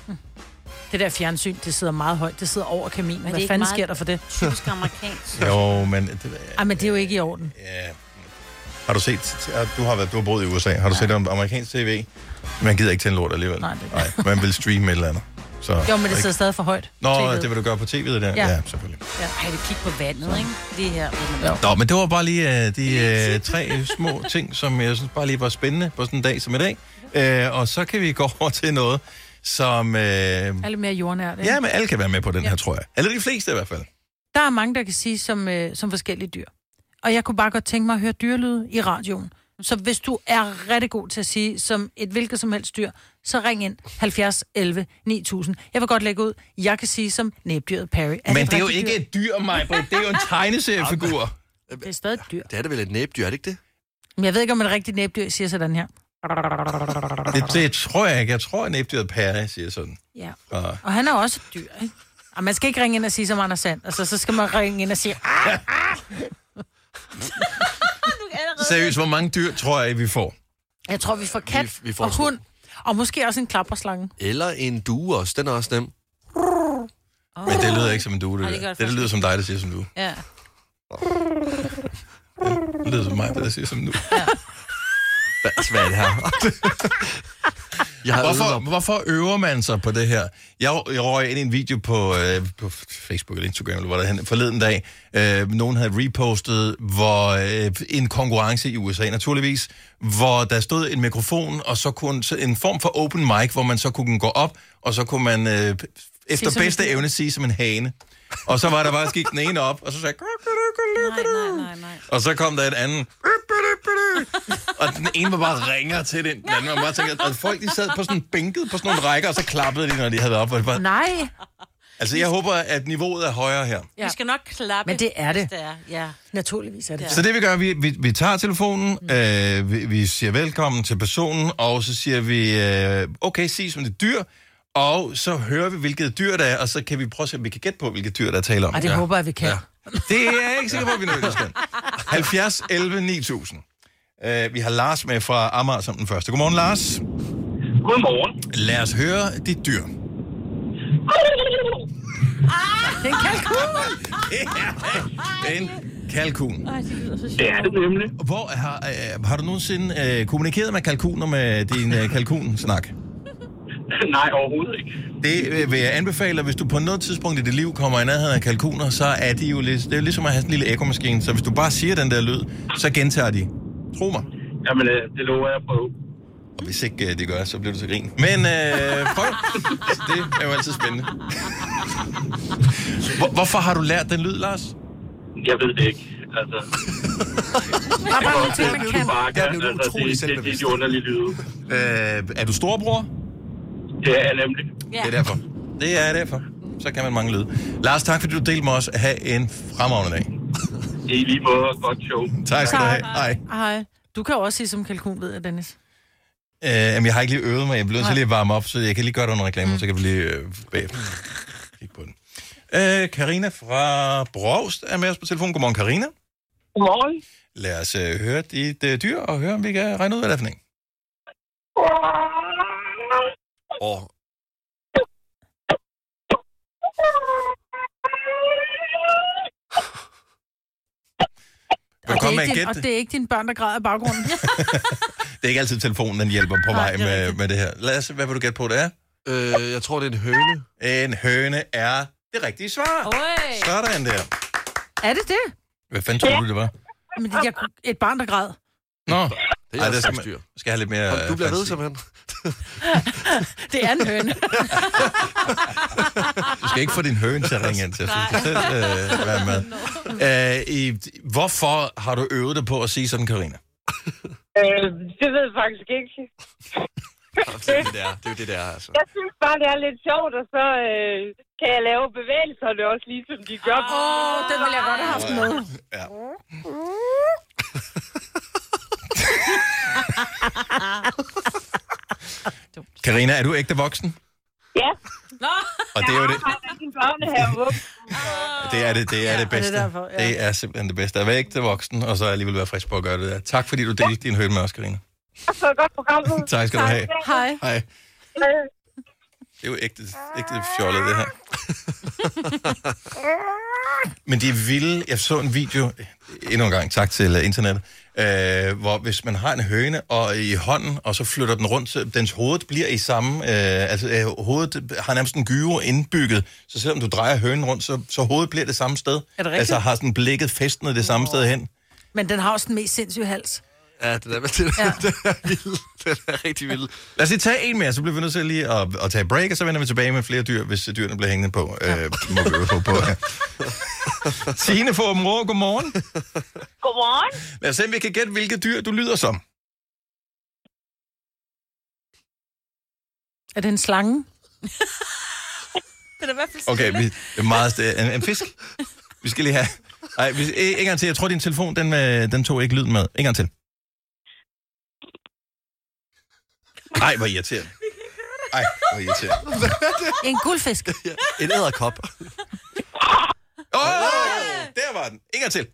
Det der fjernsyn, det sidder meget højt. Det sidder over kaminen. det Hvad ikke fanden meget sker der for det? Typisk amerikansk. Jo, men... Det, Ej, men det er jo ikke i orden. ja. Har du set... Du har, været, du har boet i U S A. Har du ja. set om amerikansk tv? Man gider ikke til en lort alligevel. Nej, det Nej, man vil streame et eller andet. Så, Jo, men det sidder stadig for højt. Nå, T V'et. det vil du gøre på T V'et der? Ja. Ja, selvfølgelig. Ja, ej, det kig på vandet, ikke? Det her. Jo. Nå, men det var bare lige uh, de uh, tre små ting, som jeg synes bare lige var spændende på sådan en dag som i dag. Uh, og så kan vi gå over til noget, som... Uh, Er lidt mere jordnært, ikke? ja, men alle kan være med på den her, tror jeg. Eller de fleste i hvert fald. Der er mange, der kan sige som, øh, som forskellige dyr. Og jeg kunne bare godt tænke mig at høre dyrelyde i radioen. Så hvis du er rigtig god til at sige som et hvilket som helst dyr, så ring ind halvfjerds elleve ni tusind. Jeg vil godt lægge ud, jeg kan sige som næbdyret Perry. Er Men et det er jo rigtigt ikke dyr? et dyr, Majbrit. Det er jo en tegneseriefigur. Det er stadig et dyr. Det er da vel et næbdyr, er det ikke det? Men jeg ved ikke, om et rigtigt næbdyr siger sådan her. Det, det tror jeg ikke. Jeg tror, at næbdyret Perry siger sådan. Ja. Og, Og han er også et dyr, ikke? Og man skal ikke ringe ind og sige som Anders Sand. Altså, så skal man ringe ind og sige... Ah, ah. seriøst, hvor mange dyr tror jeg, vi får? Jeg tror, vi får kat Vi- vi får og sgu- hund. Og måske også en klapperslange. Eller en due også, den er også nem. Men det lyder ikke som en due, det, Nej, det det, gør det, det det lyder som dig, der siger som du. Ja. Det lyder som mig, der siger som du. Hvad, hvad er det her? Jeg har øvet Hvorfor, mig. hvorfor øver man sig på det her? Jeg, jeg røg ind i en video på, øh, på Facebook eller Instagram, eller hvor der hen, forleden dag. Øh, nogen havde repostet hvor, øh, en konkurrence i U S A, naturligvis, hvor der stod en mikrofon, og så kunne så en form for open mic, hvor man så kunne gå op, og så kunne man øh, efter som bedste en- evne sige som en hane. Og så var der bare gik den ene op, og så sagde Nej, nej, nej, nej. og så kom der et andet. Og den ene var bare ringer til den, den anden var bare tænker, og folk de sad på sådan bænket på sådan nogle rækker, og så klappede de, når de havde været op. Og det bare, Nej. altså, jeg håber, at niveauet er højere her. Ja. Vi skal nok klappe. Men det er det. hvis det er. Ja. Naturligvis er det. Ja. Så det vi gør, vi, vi, vi tager telefonen, øh, vi, vi siger velkommen til personen, og så siger vi, øh, okay, sig som det dyr, og så hører vi, hvilket dyr der er, og så kan vi prøve at se, om vi kan gætte på, hvilket dyr der er tale om. Og det ja. håber jeg, vi kan. Ja. Det er jeg ikke sikker på, at vi nødvendigvis kan. halvfjerds elleve ni tusind. Uh, vi har Lars med fra Amager som den første. Godmorgen, Lars. Godmorgen. Lad os høre dit dyr. Det er en kalkun. Det er en kalkun. Ej, det lyder så sjovt. Det er det nemlig. Hvor har, uh, har du nogensinde uh, kommunikeret med kalkuner med din uh, kalkunsnak? Nej, overhovedet ikke. Det øh, vil jeg anbefale, hvis du på noget tidspunkt i dit liv kommer i nærheden af kalkuner, så er de jo lidt, det er jo ligesom at have sådan en lille ekomaskine, så hvis du bare siger den der lyd, så gentager de. Tro mig. Jamen, øh, det lover jeg at prøve. Og hvis ikke øh, det gør, så bliver du til grin. Men øh, prøv. Altså, det er jo altid spændende. Hvor, hvorfor har du lært den lyd, Lars? Jeg ved det ikke. Altså... Der er bare nogle ting, man kan. Jeg blev utrolig selvbevidst. Det er de underlige lyde. Øh, er du storebror? Det er jeg nemlig. Ja. Det er derfor. Det er derfor. Så kan man mange lyde. Lars, tak fordi du delte med os. Ha' en fremragende dag. I lige måde. Godt show. Tak skal du have. Hej. Hej. Du kan jo også sige som kalkun, ved jeg, Dennis. Øh, jamen, jeg har ikke lige øvet mig. Jeg bliver nødt til lige at varme op, så jeg kan lige gøre det under reklamen, mm. så kan vi lige øh, bagefter kigge på den. Øh, Carina fra Brovst er med os på telefon. Godmorgen, Carina. Godmorgen. Lad os øh, høre dit øh, dyr, og høre, om vi kan regne ud, hvad det er for en. Åh. Vil du komme med en din, gæt? og det er ikke dine børn, der græder i baggrunden. Det er ikke altid telefonen, den hjælper på vej med, med det her. Lad os, hvad vil du gætte på, det er? Øh, jeg tror, det er en høne. En høne er det rigtige svar. Oi. Sådan der. Er det det? Hvad fanden tror du, det var? Men det, jeg, et barn, der græd. Nå, det er Ej, det skal, man, skal have lidt mere... Og du bliver ved, fantasi. simpelthen. Det er en høne. Du skal ikke få din høne til at ringe ind til. Du skal selv øh, være med. Øh, i, hvorfor har du øvet dig på at sige sådan, Carina? Øh, det ved jeg faktisk ikke. Det er det, der. Det er jo det, der, altså. Jeg synes bare, det er lidt sjovt, og så øh, kan jeg lave bevægelserne også ligesom de gør. Åh, oh, den vil jeg godt have haft med. Ja. Carina, er du ægte voksen? Ja. Og det er jo det. Jeg har din børnehave. Det er det, det er det bedste. det er derfor, ja. Det er simpelthen det bedste. At være ægte voksen, og så alligevel være frisk på at gøre det der. Tak fordi du delte din høne med os, Carina. Så godt program. Tak skal du have. Hej. Hej. Det er jo ægte, ægte fjollet, det her. Men det er vildt. Jeg så en video, endnu en gang, tak til uh, internettet, uh, hvor hvis man har en høne og i hånden, og så flytter den rundt, så dens hoved bliver i samme, uh, altså uh, hovedet har nærmest en gyro indbygget, så selvom du drejer hønen rundt, så, så hovedet bliver det samme sted. Er det rigtigt? Altså har sådan blikket fæstnet det samme sted hen. Men den har også den mest sindssyge hals. Ja, den er, den, ja. den er vild. Den er rigtig vild. Lad os lige tage en mere, så bliver vi nødt til lige at, at tage break, og så vender vi tilbage med flere dyr, hvis dyrene bliver hængende på. Ja. Øh, må vi på, på ja. Signe fra Åbenrå, godmorgen. Godmorgen. Lad os se, om vi kan gætte, hvilke dyr du lyder som. Er det en slange? Det er da i hvert fald Okay, vi, det er meget st- en, en fisk. Vi skal lige have... Ej, vi, en gang til. Jeg tror, din telefon, den, den tog ikke lyden med. En gang til. Ej, hvor irriterende. Ej, hvor irriterende. En guldfisk. En edderkop. Åh, oh, der var den. En gang til.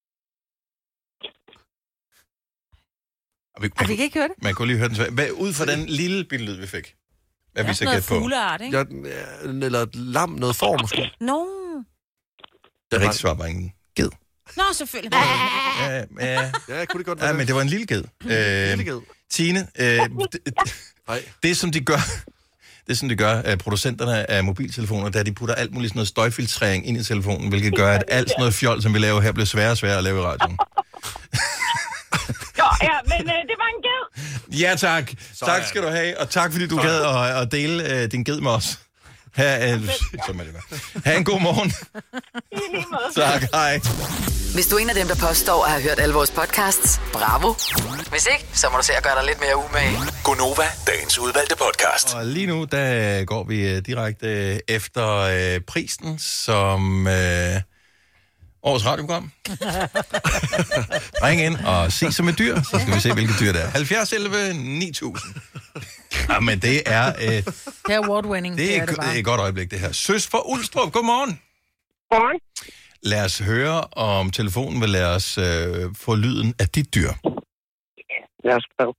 Og vi, Og vi kan ikke høre det. Man kunne lige høre den svært. Hvad, ud fra den lille bitte lyd, vi fik. Hvad Ja, vi så noget gætte på. fugleart, ikke? Ja, eller et lam, noget form måske. No. Det er rigtig svar bare en ged. Nå, selvfølgelig. Ja, ja, Ja, kunne det godt være ja, det? men det var en lille ged. Lille Øh, ged. Tine, øh, det, Nej. det som de gør, det som de gør, øh, producenterne af mobiltelefoner, der de putter alt muligt sådan noget støjfiltrering ind i telefonen, hvilket gør, at alt sådan noget fjol, som vi laver her, bliver sværere og sværere at lave i radioen. Jo, ja, men øh, det var en ged. Ja, tak. Så tak skal du have, og tak fordi du gad at, at dele øh, din ged med os. Ha, øh, som er det godt. Ha' en god morgen. Tak, hej. Hvis du er en af dem, der påstår at have hørt alle vores podcasts, bravo. Hvis ikke, så må du se at gøre dig lidt mere umage. Gonova, dagens udvalgte podcast. Og lige nu, der går vi øh, direkte øh, efter øh, prisen som øh, årets radioprogram. Ring ind og se som et dyr, så skal vi se, hvilke dyr det er. halvfjerds elleve ni tusind. Jamen, det er, øh, Det er award-winning. det er, det det er et godt øjeblik, det her. Søs fra Ulstrup, godmorgen. Godmorgen. Lad os høre, om telefonen vil lade os øh, få lyden af dit dyr. Lad os prøve.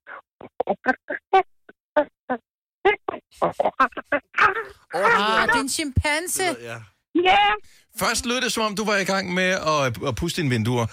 Ah, det er en chimpanse. Ja. Ja. Først lød det, som om du var i gang med at, at puste dine vinduer.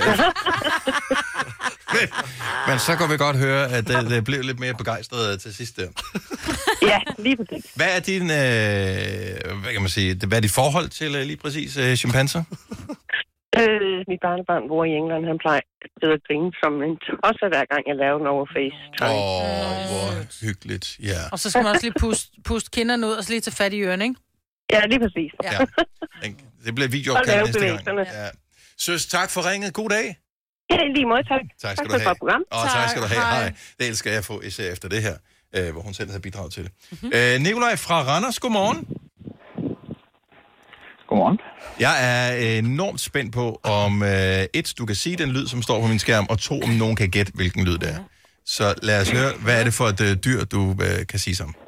men, men så kan vi godt høre, at det, det blev lidt mere begejstret til sidst der. Ja, lige præcis. Hvad er din, øh, hvad kan man sige, hvad er dit forhold til øh, lige præcis øh, chimpanser? Øh, mit barnebarn bor i England, han plejer at grine som en tosser, hver gang jeg laver den over FaceTime. Åh, oh, hvor hyggeligt, ja. Og så skal man også lige puste, puste kinderne ud og så lige tage fat i ørerne, ikke? Ja, lige præcis. Ja. Det bliver videoopkald næste gang. Ja. Søs, tak for ringet. God dag. Ja, lige måde, tak. Tak skal tak du have. Program. Og tak. tak skal du have. Hej. Hej. Det elsker jeg at få, især efter det her, øh, hvor hun selv havde bidraget til det. Mm-hmm. Øh, Nikolaj fra Randers, godmorgen. Godmorgen. Jeg er enormt spændt på, om øh, et, du kan sige den lyd, som står på min skærm, og to, om nogen kan gætte, hvilken lyd det er. Så lad os høre, hvad er det for et øh, dyr, du øh, kan sige som?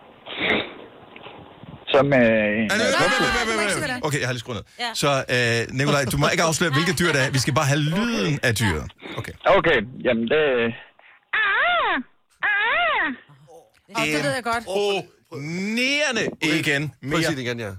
Som øh, Okay, jeg har lige skruet ned. Ja. Så øh, Nikolaj, du må ikke afsløre, hvilket dyr det er. Vi skal bare have lyden af dyret. Okay. Okay, jamen det... Og det ved jeg godt. Imponerende igen. Prøv at sige det igen, ja.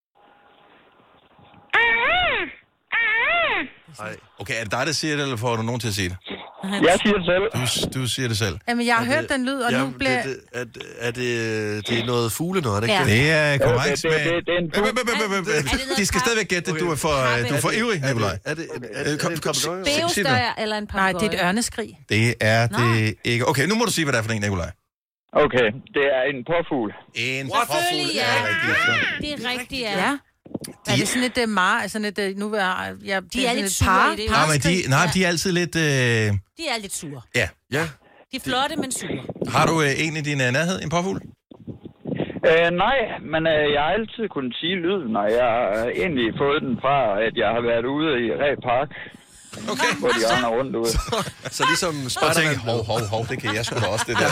Ej. Okay, er det dig, der siger det, eller får du nogen til at sige det? Jeg siger det selv. Du, du siger det selv. Jamen, jeg har hørt den lyd, og ja, nu bliver... Det, det, er, er det, det er noget fugle noget, er det ikke Ja. Det er korrekt, det, det, det, det er en men... De skal stadigvæk gætte det. Du er for, du er for ivrig, Nikolaj. Er det en papegøje? Bævestøjer eller en papegøje? Nej, det er et ørneskrig. Det er det ikke. Okay, nu må du sige, hvad det er for en, Nikolaj. Okay, det er en påfugl. En Selvfølgelig, påfugl. ja. Ja, rigtigt. Det er rigtigt, ja. Ja. Er det sådan et uh, mar, sådan et, uh, nu vil jeg, jeg De er lidt et sure par, i det. Nej, men de, nej, de er altid lidt... Øh... De er lidt sure. Ja. Ja. De er flotte, men sure. Har du øh, en i din uh, nærhed, en påfugl? Øh, nej, men øh, jeg har altid kunnet sige lyden, og jeg har egentlig fået den fra, at jeg har været ude i Ræ Park. Okay. Hvor de render rundt ude. Så, så ligesom Spider-Man... Og tænke, hov, hov, hov, det kan jeg sgu da også, det der.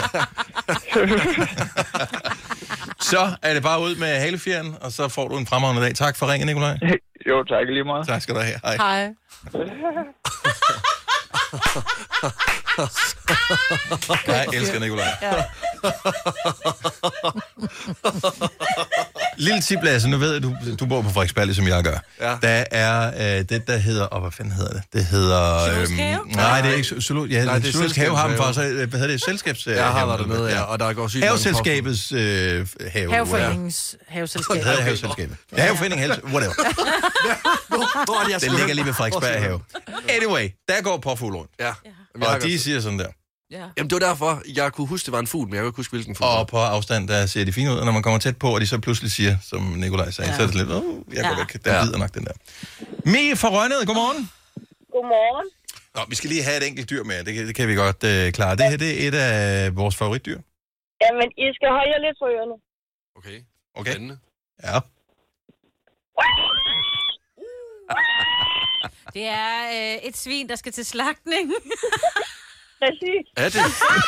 Så er det bare ud med halefjeren, og så får du en fremragende dag. Tak for ringen, Nikolaj. Jo, tak lige meget. Tak skal du have. Hej. Hej. Jeg elsker Nikolaj. Ja. Lille tip, Lasse, nu ved jeg, du, du bor på Frederiksberg, ligesom jeg gør. Ja. Der er øh, det, der hedder... Åh, oh, hvad fanden hedder det? Det hedder... Zoologisk have? Nej, det er ikke zoologisk... Ja, Nej, det er zoologisk have har man for selskabshave. sig. Hvad hedder det? Selskabs... Jeg har været dernede, ja, og der går sygt mange Haveselskabets øh, have. Haveforeningens haveselskab. Det hedder Haveselskabet. Ja, Haveforeningen, whatever. Hvor er det, jeg Den ligger lige ved Frederiksberg have. Anyway, der går påfugl rundt. Ja. Og de siger sådan der. Ja. Jamen, det var derfor, jeg kunne huske, det var en fugl, men jeg kunne ikke huske, hvilken fugl. Og på afstand, der ser de fine ud, og når man kommer tæt på, og de så pludselig siger, som Nikolaj sagde, ja. Så er det lidt, åh, jeg går Ja. væk. Der bider nok den der. Mie fra Rønnede, godmorgen. Godmorgen. Nå, vi skal lige have et enkelt dyr med, det, kan- det kan vi godt øh, klare. Det her, det er et af vores favoritdyr. Jamen, I skal holde jer lidt for ørerne. Okay. Okay. Spændende. Ja. Det er øh, et svin, der skal til slagtning. Præcis. Er det?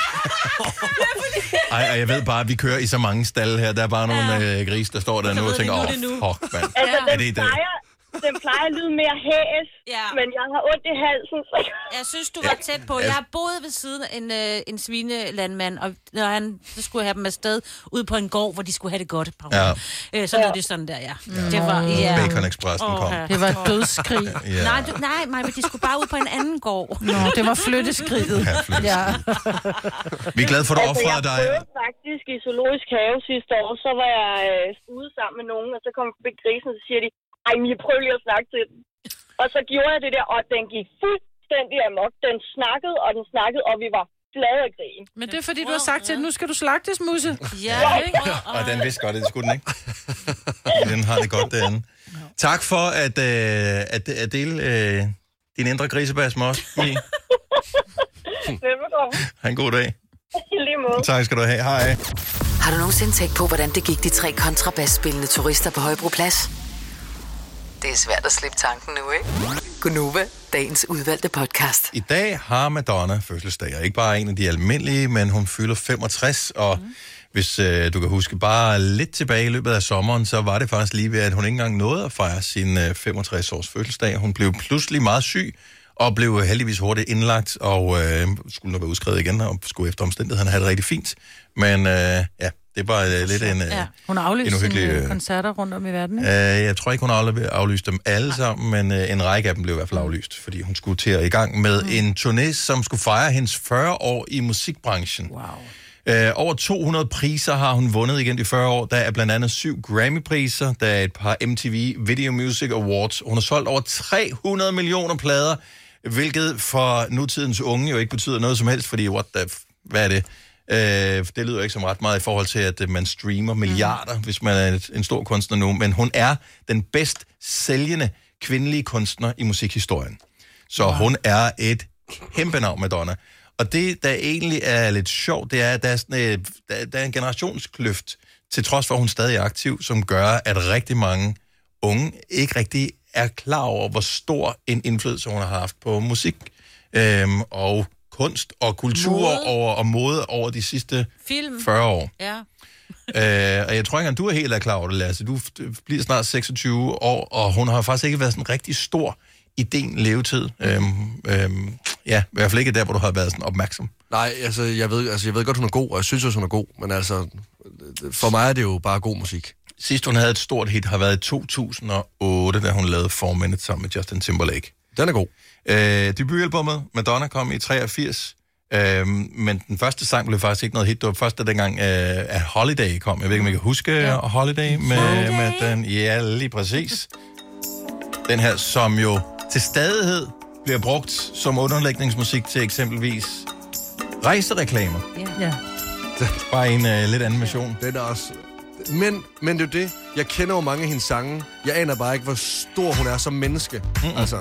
Ej, og jeg ved bare, at vi kører i så mange stalle her. Der er bare nogle øh, grise, der står der nu og tænker, åh, oh, fuck, mand. Altså, Er den, det i dag? plejer, den plejer at lyde mere hæs, Ja. men jeg har ondt i halsen. Så... Jeg synes, du var tæt på. Jeg har boet ved siden af en, øh, en svinelandmand, og når han så skulle have dem afsted ud på en gård, hvor de skulle have det godt. Ja. Øh, så lød det sådan der, ja. Det var, ja. Bacon Expressen kom. ja. Det var et dødsskrig. Ja. Nej, du, nej, Maja, men de skulle bare ud på en anden gård. Nå, det var flytteskriget. Ja, flyttes. Ja. Vi er glade for, at du Altså, offrede jeg dig. prøvede faktisk i zoologisk have sidste år, så var jeg øh, ude sammen med nogen, og så kom forbi grisen, og så siger de, ej, men jeg prøver lige at snakke til den. Og så gjorde jeg det der, og den gik fuldstændig amok. Den snakkede, og den snakkede, og vi var flade af grin. Men det er fordi, du har sagt til, at nu skal du slagtes, Musse. Ja, ikke? Og den vidste godt, at det skulle den ikke. Den har det godt derinde. Tak for at, øh, at, at dele øh, din indre grisebas med os, Mie. Velbekomme. Ha' en god dag. I lige måde. Tak skal du have. Hej. Har du nogensinde tænkt på, hvordan det gik de tre kontrabasspillende turister på Højbroplads? Det er svært at slippe tanken nu, ikke? Gunova, dagens udvalgte podcast. I dag har Madonna fødselsdag, og ikke bare en af de almindelige, men hun fylder femogtres, og mm. hvis øh, du kan huske bare lidt tilbage i løbet af sommeren, så var det faktisk lige ved, at hun ikke engang nåede at fejre sin øh, femogtres-års fødselsdag. Hun blev pludselig meget syg, og blev heldigvis hurtigt indlagt, og øh, skulle nu være udskrevet igen, og skulle efter omstændighederne have det rigtig fint. Men øh, ja, Det er bare uh, lidt en, uh, ja. Hun har aflyst en uhyggelig, sine uh, koncerter rundt om i verden, ikke? Uh, jeg tror ikke, hun har aflyst dem alle sammen, men uh, en række af dem blev i hvert fald aflyst, fordi hun skulle til at i gang med mm. en turné, som skulle fejre hendes fyrre år i musikbranchen. Wow. Uh, over to hundrede priser har hun vundet igen de fyrre år. Der er blandt andet syv Grammy-priser, der er et par M T V Video Music Awards. Hun har solgt over tre hundrede millioner plader, hvilket for nutidens unge jo ikke betyder noget som helst, fordi what the f- hvad er det? Uh, det lyder ikke som ret meget i forhold til, at man streamer milliarder, mm. hvis man er et, en stor kunstner nu, men hun er den bedst sælgende kvindelige kunstner i musikhistorien. Så wow. hun er et kæmpe navn, Madonna. Og det, der egentlig er lidt sjovt, det er, at der er, sådan, der, der er en generationskløft, til trods for, at hun stadig er aktiv, som gør, at rigtig mange unge ikke rigtig er klar over, hvor stor en indflydelse hun har haft på musik øhm, og kunst og kultur mode. Over, og mode over de sidste film. fyrre år. Ja. øh, og jeg tror ikke, at du er helt er klar over det, Lasse. Du bliver snart seksogtyve år, og hun har faktisk ikke været sådan rigtig stor i din levetid. Øhm, øhm, ja, i hvert fald ikke der, hvor du har været sådan opmærksom. Nej, altså jeg ved, altså jeg ved godt, hun er god, og jeg synes også, hun er god, men altså, for mig er det jo bare god musik. Sidst hun havde et stort hit har været i to tusind og otte, da hun lavede Four Minutes sammen med Justin Timberlake. Den er god. Øh, debutalbummet Madonna kom i treogfirs, øh, men den første sang blev faktisk ikke noget hit. Det var først, da dengang øh, at Holiday kom. Jeg ved ikke, om I kan huske ja. Holiday med, med den. Ja, lige præcis. Den her, som jo til stadighed bliver brugt som underlægningsmusik til eksempelvis rejsereklamer. Ja. Bare en uh, lidt anden version. Den er også... Men, men det er jo det. Jeg kender jo mange af hendes sange. Jeg aner bare ikke, hvor stor hun er som menneske. Mm-mm. Altså...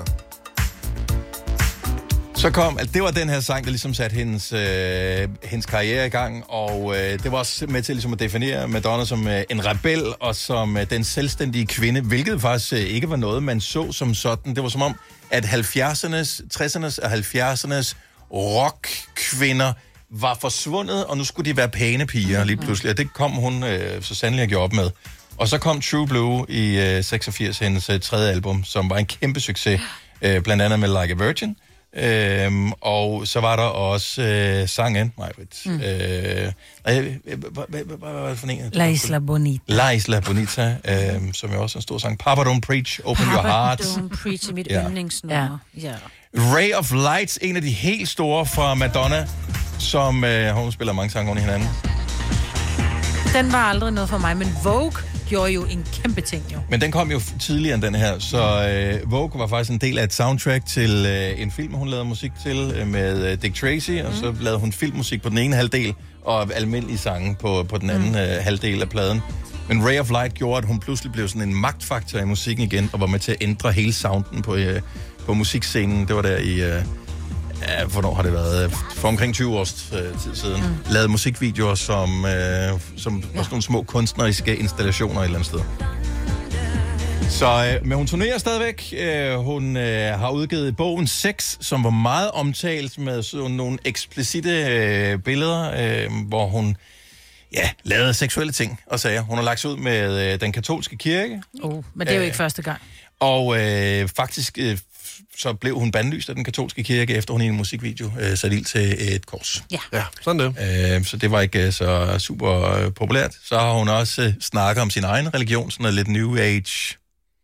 Så kom, altså det var den her sang, der ligesom satte hendes, øh, hendes karriere i gang, og øh, det var også med til ligesom at definere Madonna som øh, en rebel, og som øh, den selvstændige kvinde, hvilket faktisk øh, ikke var noget, man så som sådan. Det var som om, at halvfjerdsernes, tressernes og halvfjerdsernes rockkvinder var forsvundet, og nu skulle de være pæne piger lige pludselig, og det kom hun øh, så sandelig at gøre op med. Og så kom True Blue i øh, seksogfirs, hendes øh, tredje album, som var en kæmpe succes, øh, blandt andet med Like a Virgin. Øhm, og så var der også øh, sangen, Majbrit. Mm. Øh, hvad var det for en? La Isla Bonita. La Isla Bonita, øh, som er også en stor sang. Papa Don't Preach, Open Papa Your Heart. Don't Preach, mit ja. yndlingsnummer. Ja. Ray of Light, en af de helt store fra Madonna, som øh, hun spiller mange sange oven i hinanden. Den var aldrig noget for mig, men Vogue gjorde jo en kæmpe ting, jo. Men den kom jo tidligere end den her, så øh, Vogue var faktisk en del af et soundtrack til øh, en film, hun lavede musik til øh, med øh, Dick Tracy, mm. og så lavede hun filmmusik på den ene halvdel, og almindelige sange på, på den anden mm. øh, halvdel af pladen. Men Ray of Light gjorde, at hun pludselig blev sådan en magtfaktor i musikken igen, og var med til at ændre hele sounden på, øh, på musikscenen. Det var der i... Øh, Ja, hvornår har det været? For omkring tyve års øh, tid siden. Mm. Lavede musikvideoer, som, øh, som ja. var sådan nogle små kunstneriske installationer et eller andet sted. Så, øh, men hun turnerer stadigvæk. Øh, hun øh, har udgivet bogen Sex, som var meget omtalt med sådan nogle eksplicite øh, billeder, øh, hvor hun ja, lavede seksuelle ting og sager. Hun har lagt sig ud med øh, den katolske kirke. Oh, men det er jo ikke øh, første gang. Og øh, faktisk... Øh, så blev hun bandlyst af den katolske kirke, efter hun i en musikvideo øh, satte ild til et kors. Ja, ja sådan det. Øh, så det var ikke så super øh, populært. Så har hun også øh, snakket om sin egen religion, sådan noget lidt New Age.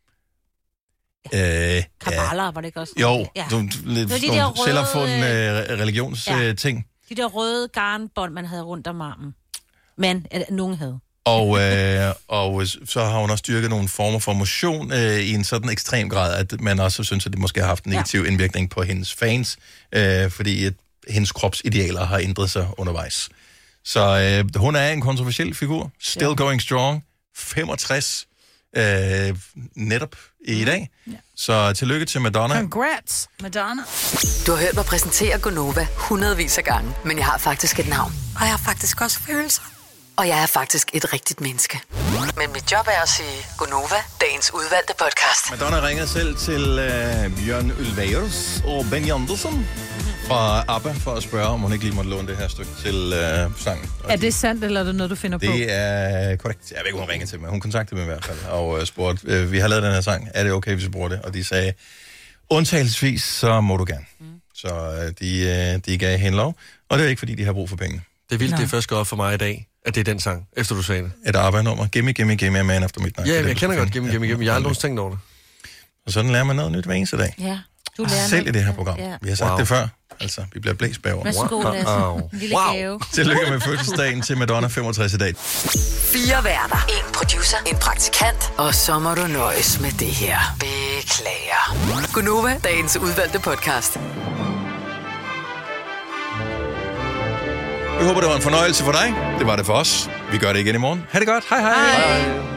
Ja. Øh, Kabbalah, ja. Var det ikke også? Jo, ja. du, lidt de sådan nogle selvopfundne øh, religionsting. Ja. De der røde garnbånd, man havde rundt om armen. Men øh, nogen havde. Og, øh, og så har hun også styrket nogle former for motion øh, i en sådan ekstrem grad, at man også synes, at det måske har haft en negativ ja. indvirkning på hendes fans, øh, fordi at hendes kropsidealer har ændret sig undervejs. Så øh, hun er en kontroversiel figur, still ja. going strong, femogtres øh, netop i dag. Ja. Så tillykke til Madonna. Congrats, Madonna. Du har hørt mig præsentere Gonova hundredvis af gange, men jeg har faktisk et navn. Og jeg har faktisk også følelser. Og jeg er faktisk et rigtigt menneske. Men mit job er at sige Gonova, dagens udvalgte podcast. Madonna ringede selv til øh, Bjørn Ulvaeus og Benny Andersson fra ABBA for at spørge, om hun ikke lige måtte låne det her stykke til øh, sangen. Og er det sandt, eller er det noget, du finder det på? Det er korrekt. Jeg ved ikke, hun ringede til mig. Hun kontaktede mig i hvert fald og øh, spurgte, øh, vi har lavet den her sang. Er det okay, hvis vi bruger det? Og de sagde, undtagelsesvis, så må du gerne. Mm. Så øh, de, øh, de gav hende lov. Og det er ikke, fordi de har brug for penge. Det er vildt, det er først gået op for mig i dag. at det er den sang, efter du sagde det. Et arbejdenummer. Gimme, gimme, gimme, a man after midnight. Ja, det, jeg det, kender godt Gimme, Gimme, Gimme. Jeg har aldrig tænkt over det. Og sådan lærer man noget nyt hver eneste dag. Ja, du lærer Selv noget. i det her program. Ja. Vi har sagt Wow. det før. Altså, vi bliver blæst bagover. Værsgo, Lasse. Wow. En lille Wow. gave. Tillykke med fødselsdagen til Madonna, femogtres i dag. Fire værter. En producer. En praktikant. Og så må du nøjes med det her. Beklager. Gunova, dagens udvalgte podcast. Vi håber, det var en fornøjelse for dig. Det var det for os. Vi gør det igen i morgen. Ha' det godt. Hej hej. Hej. hej.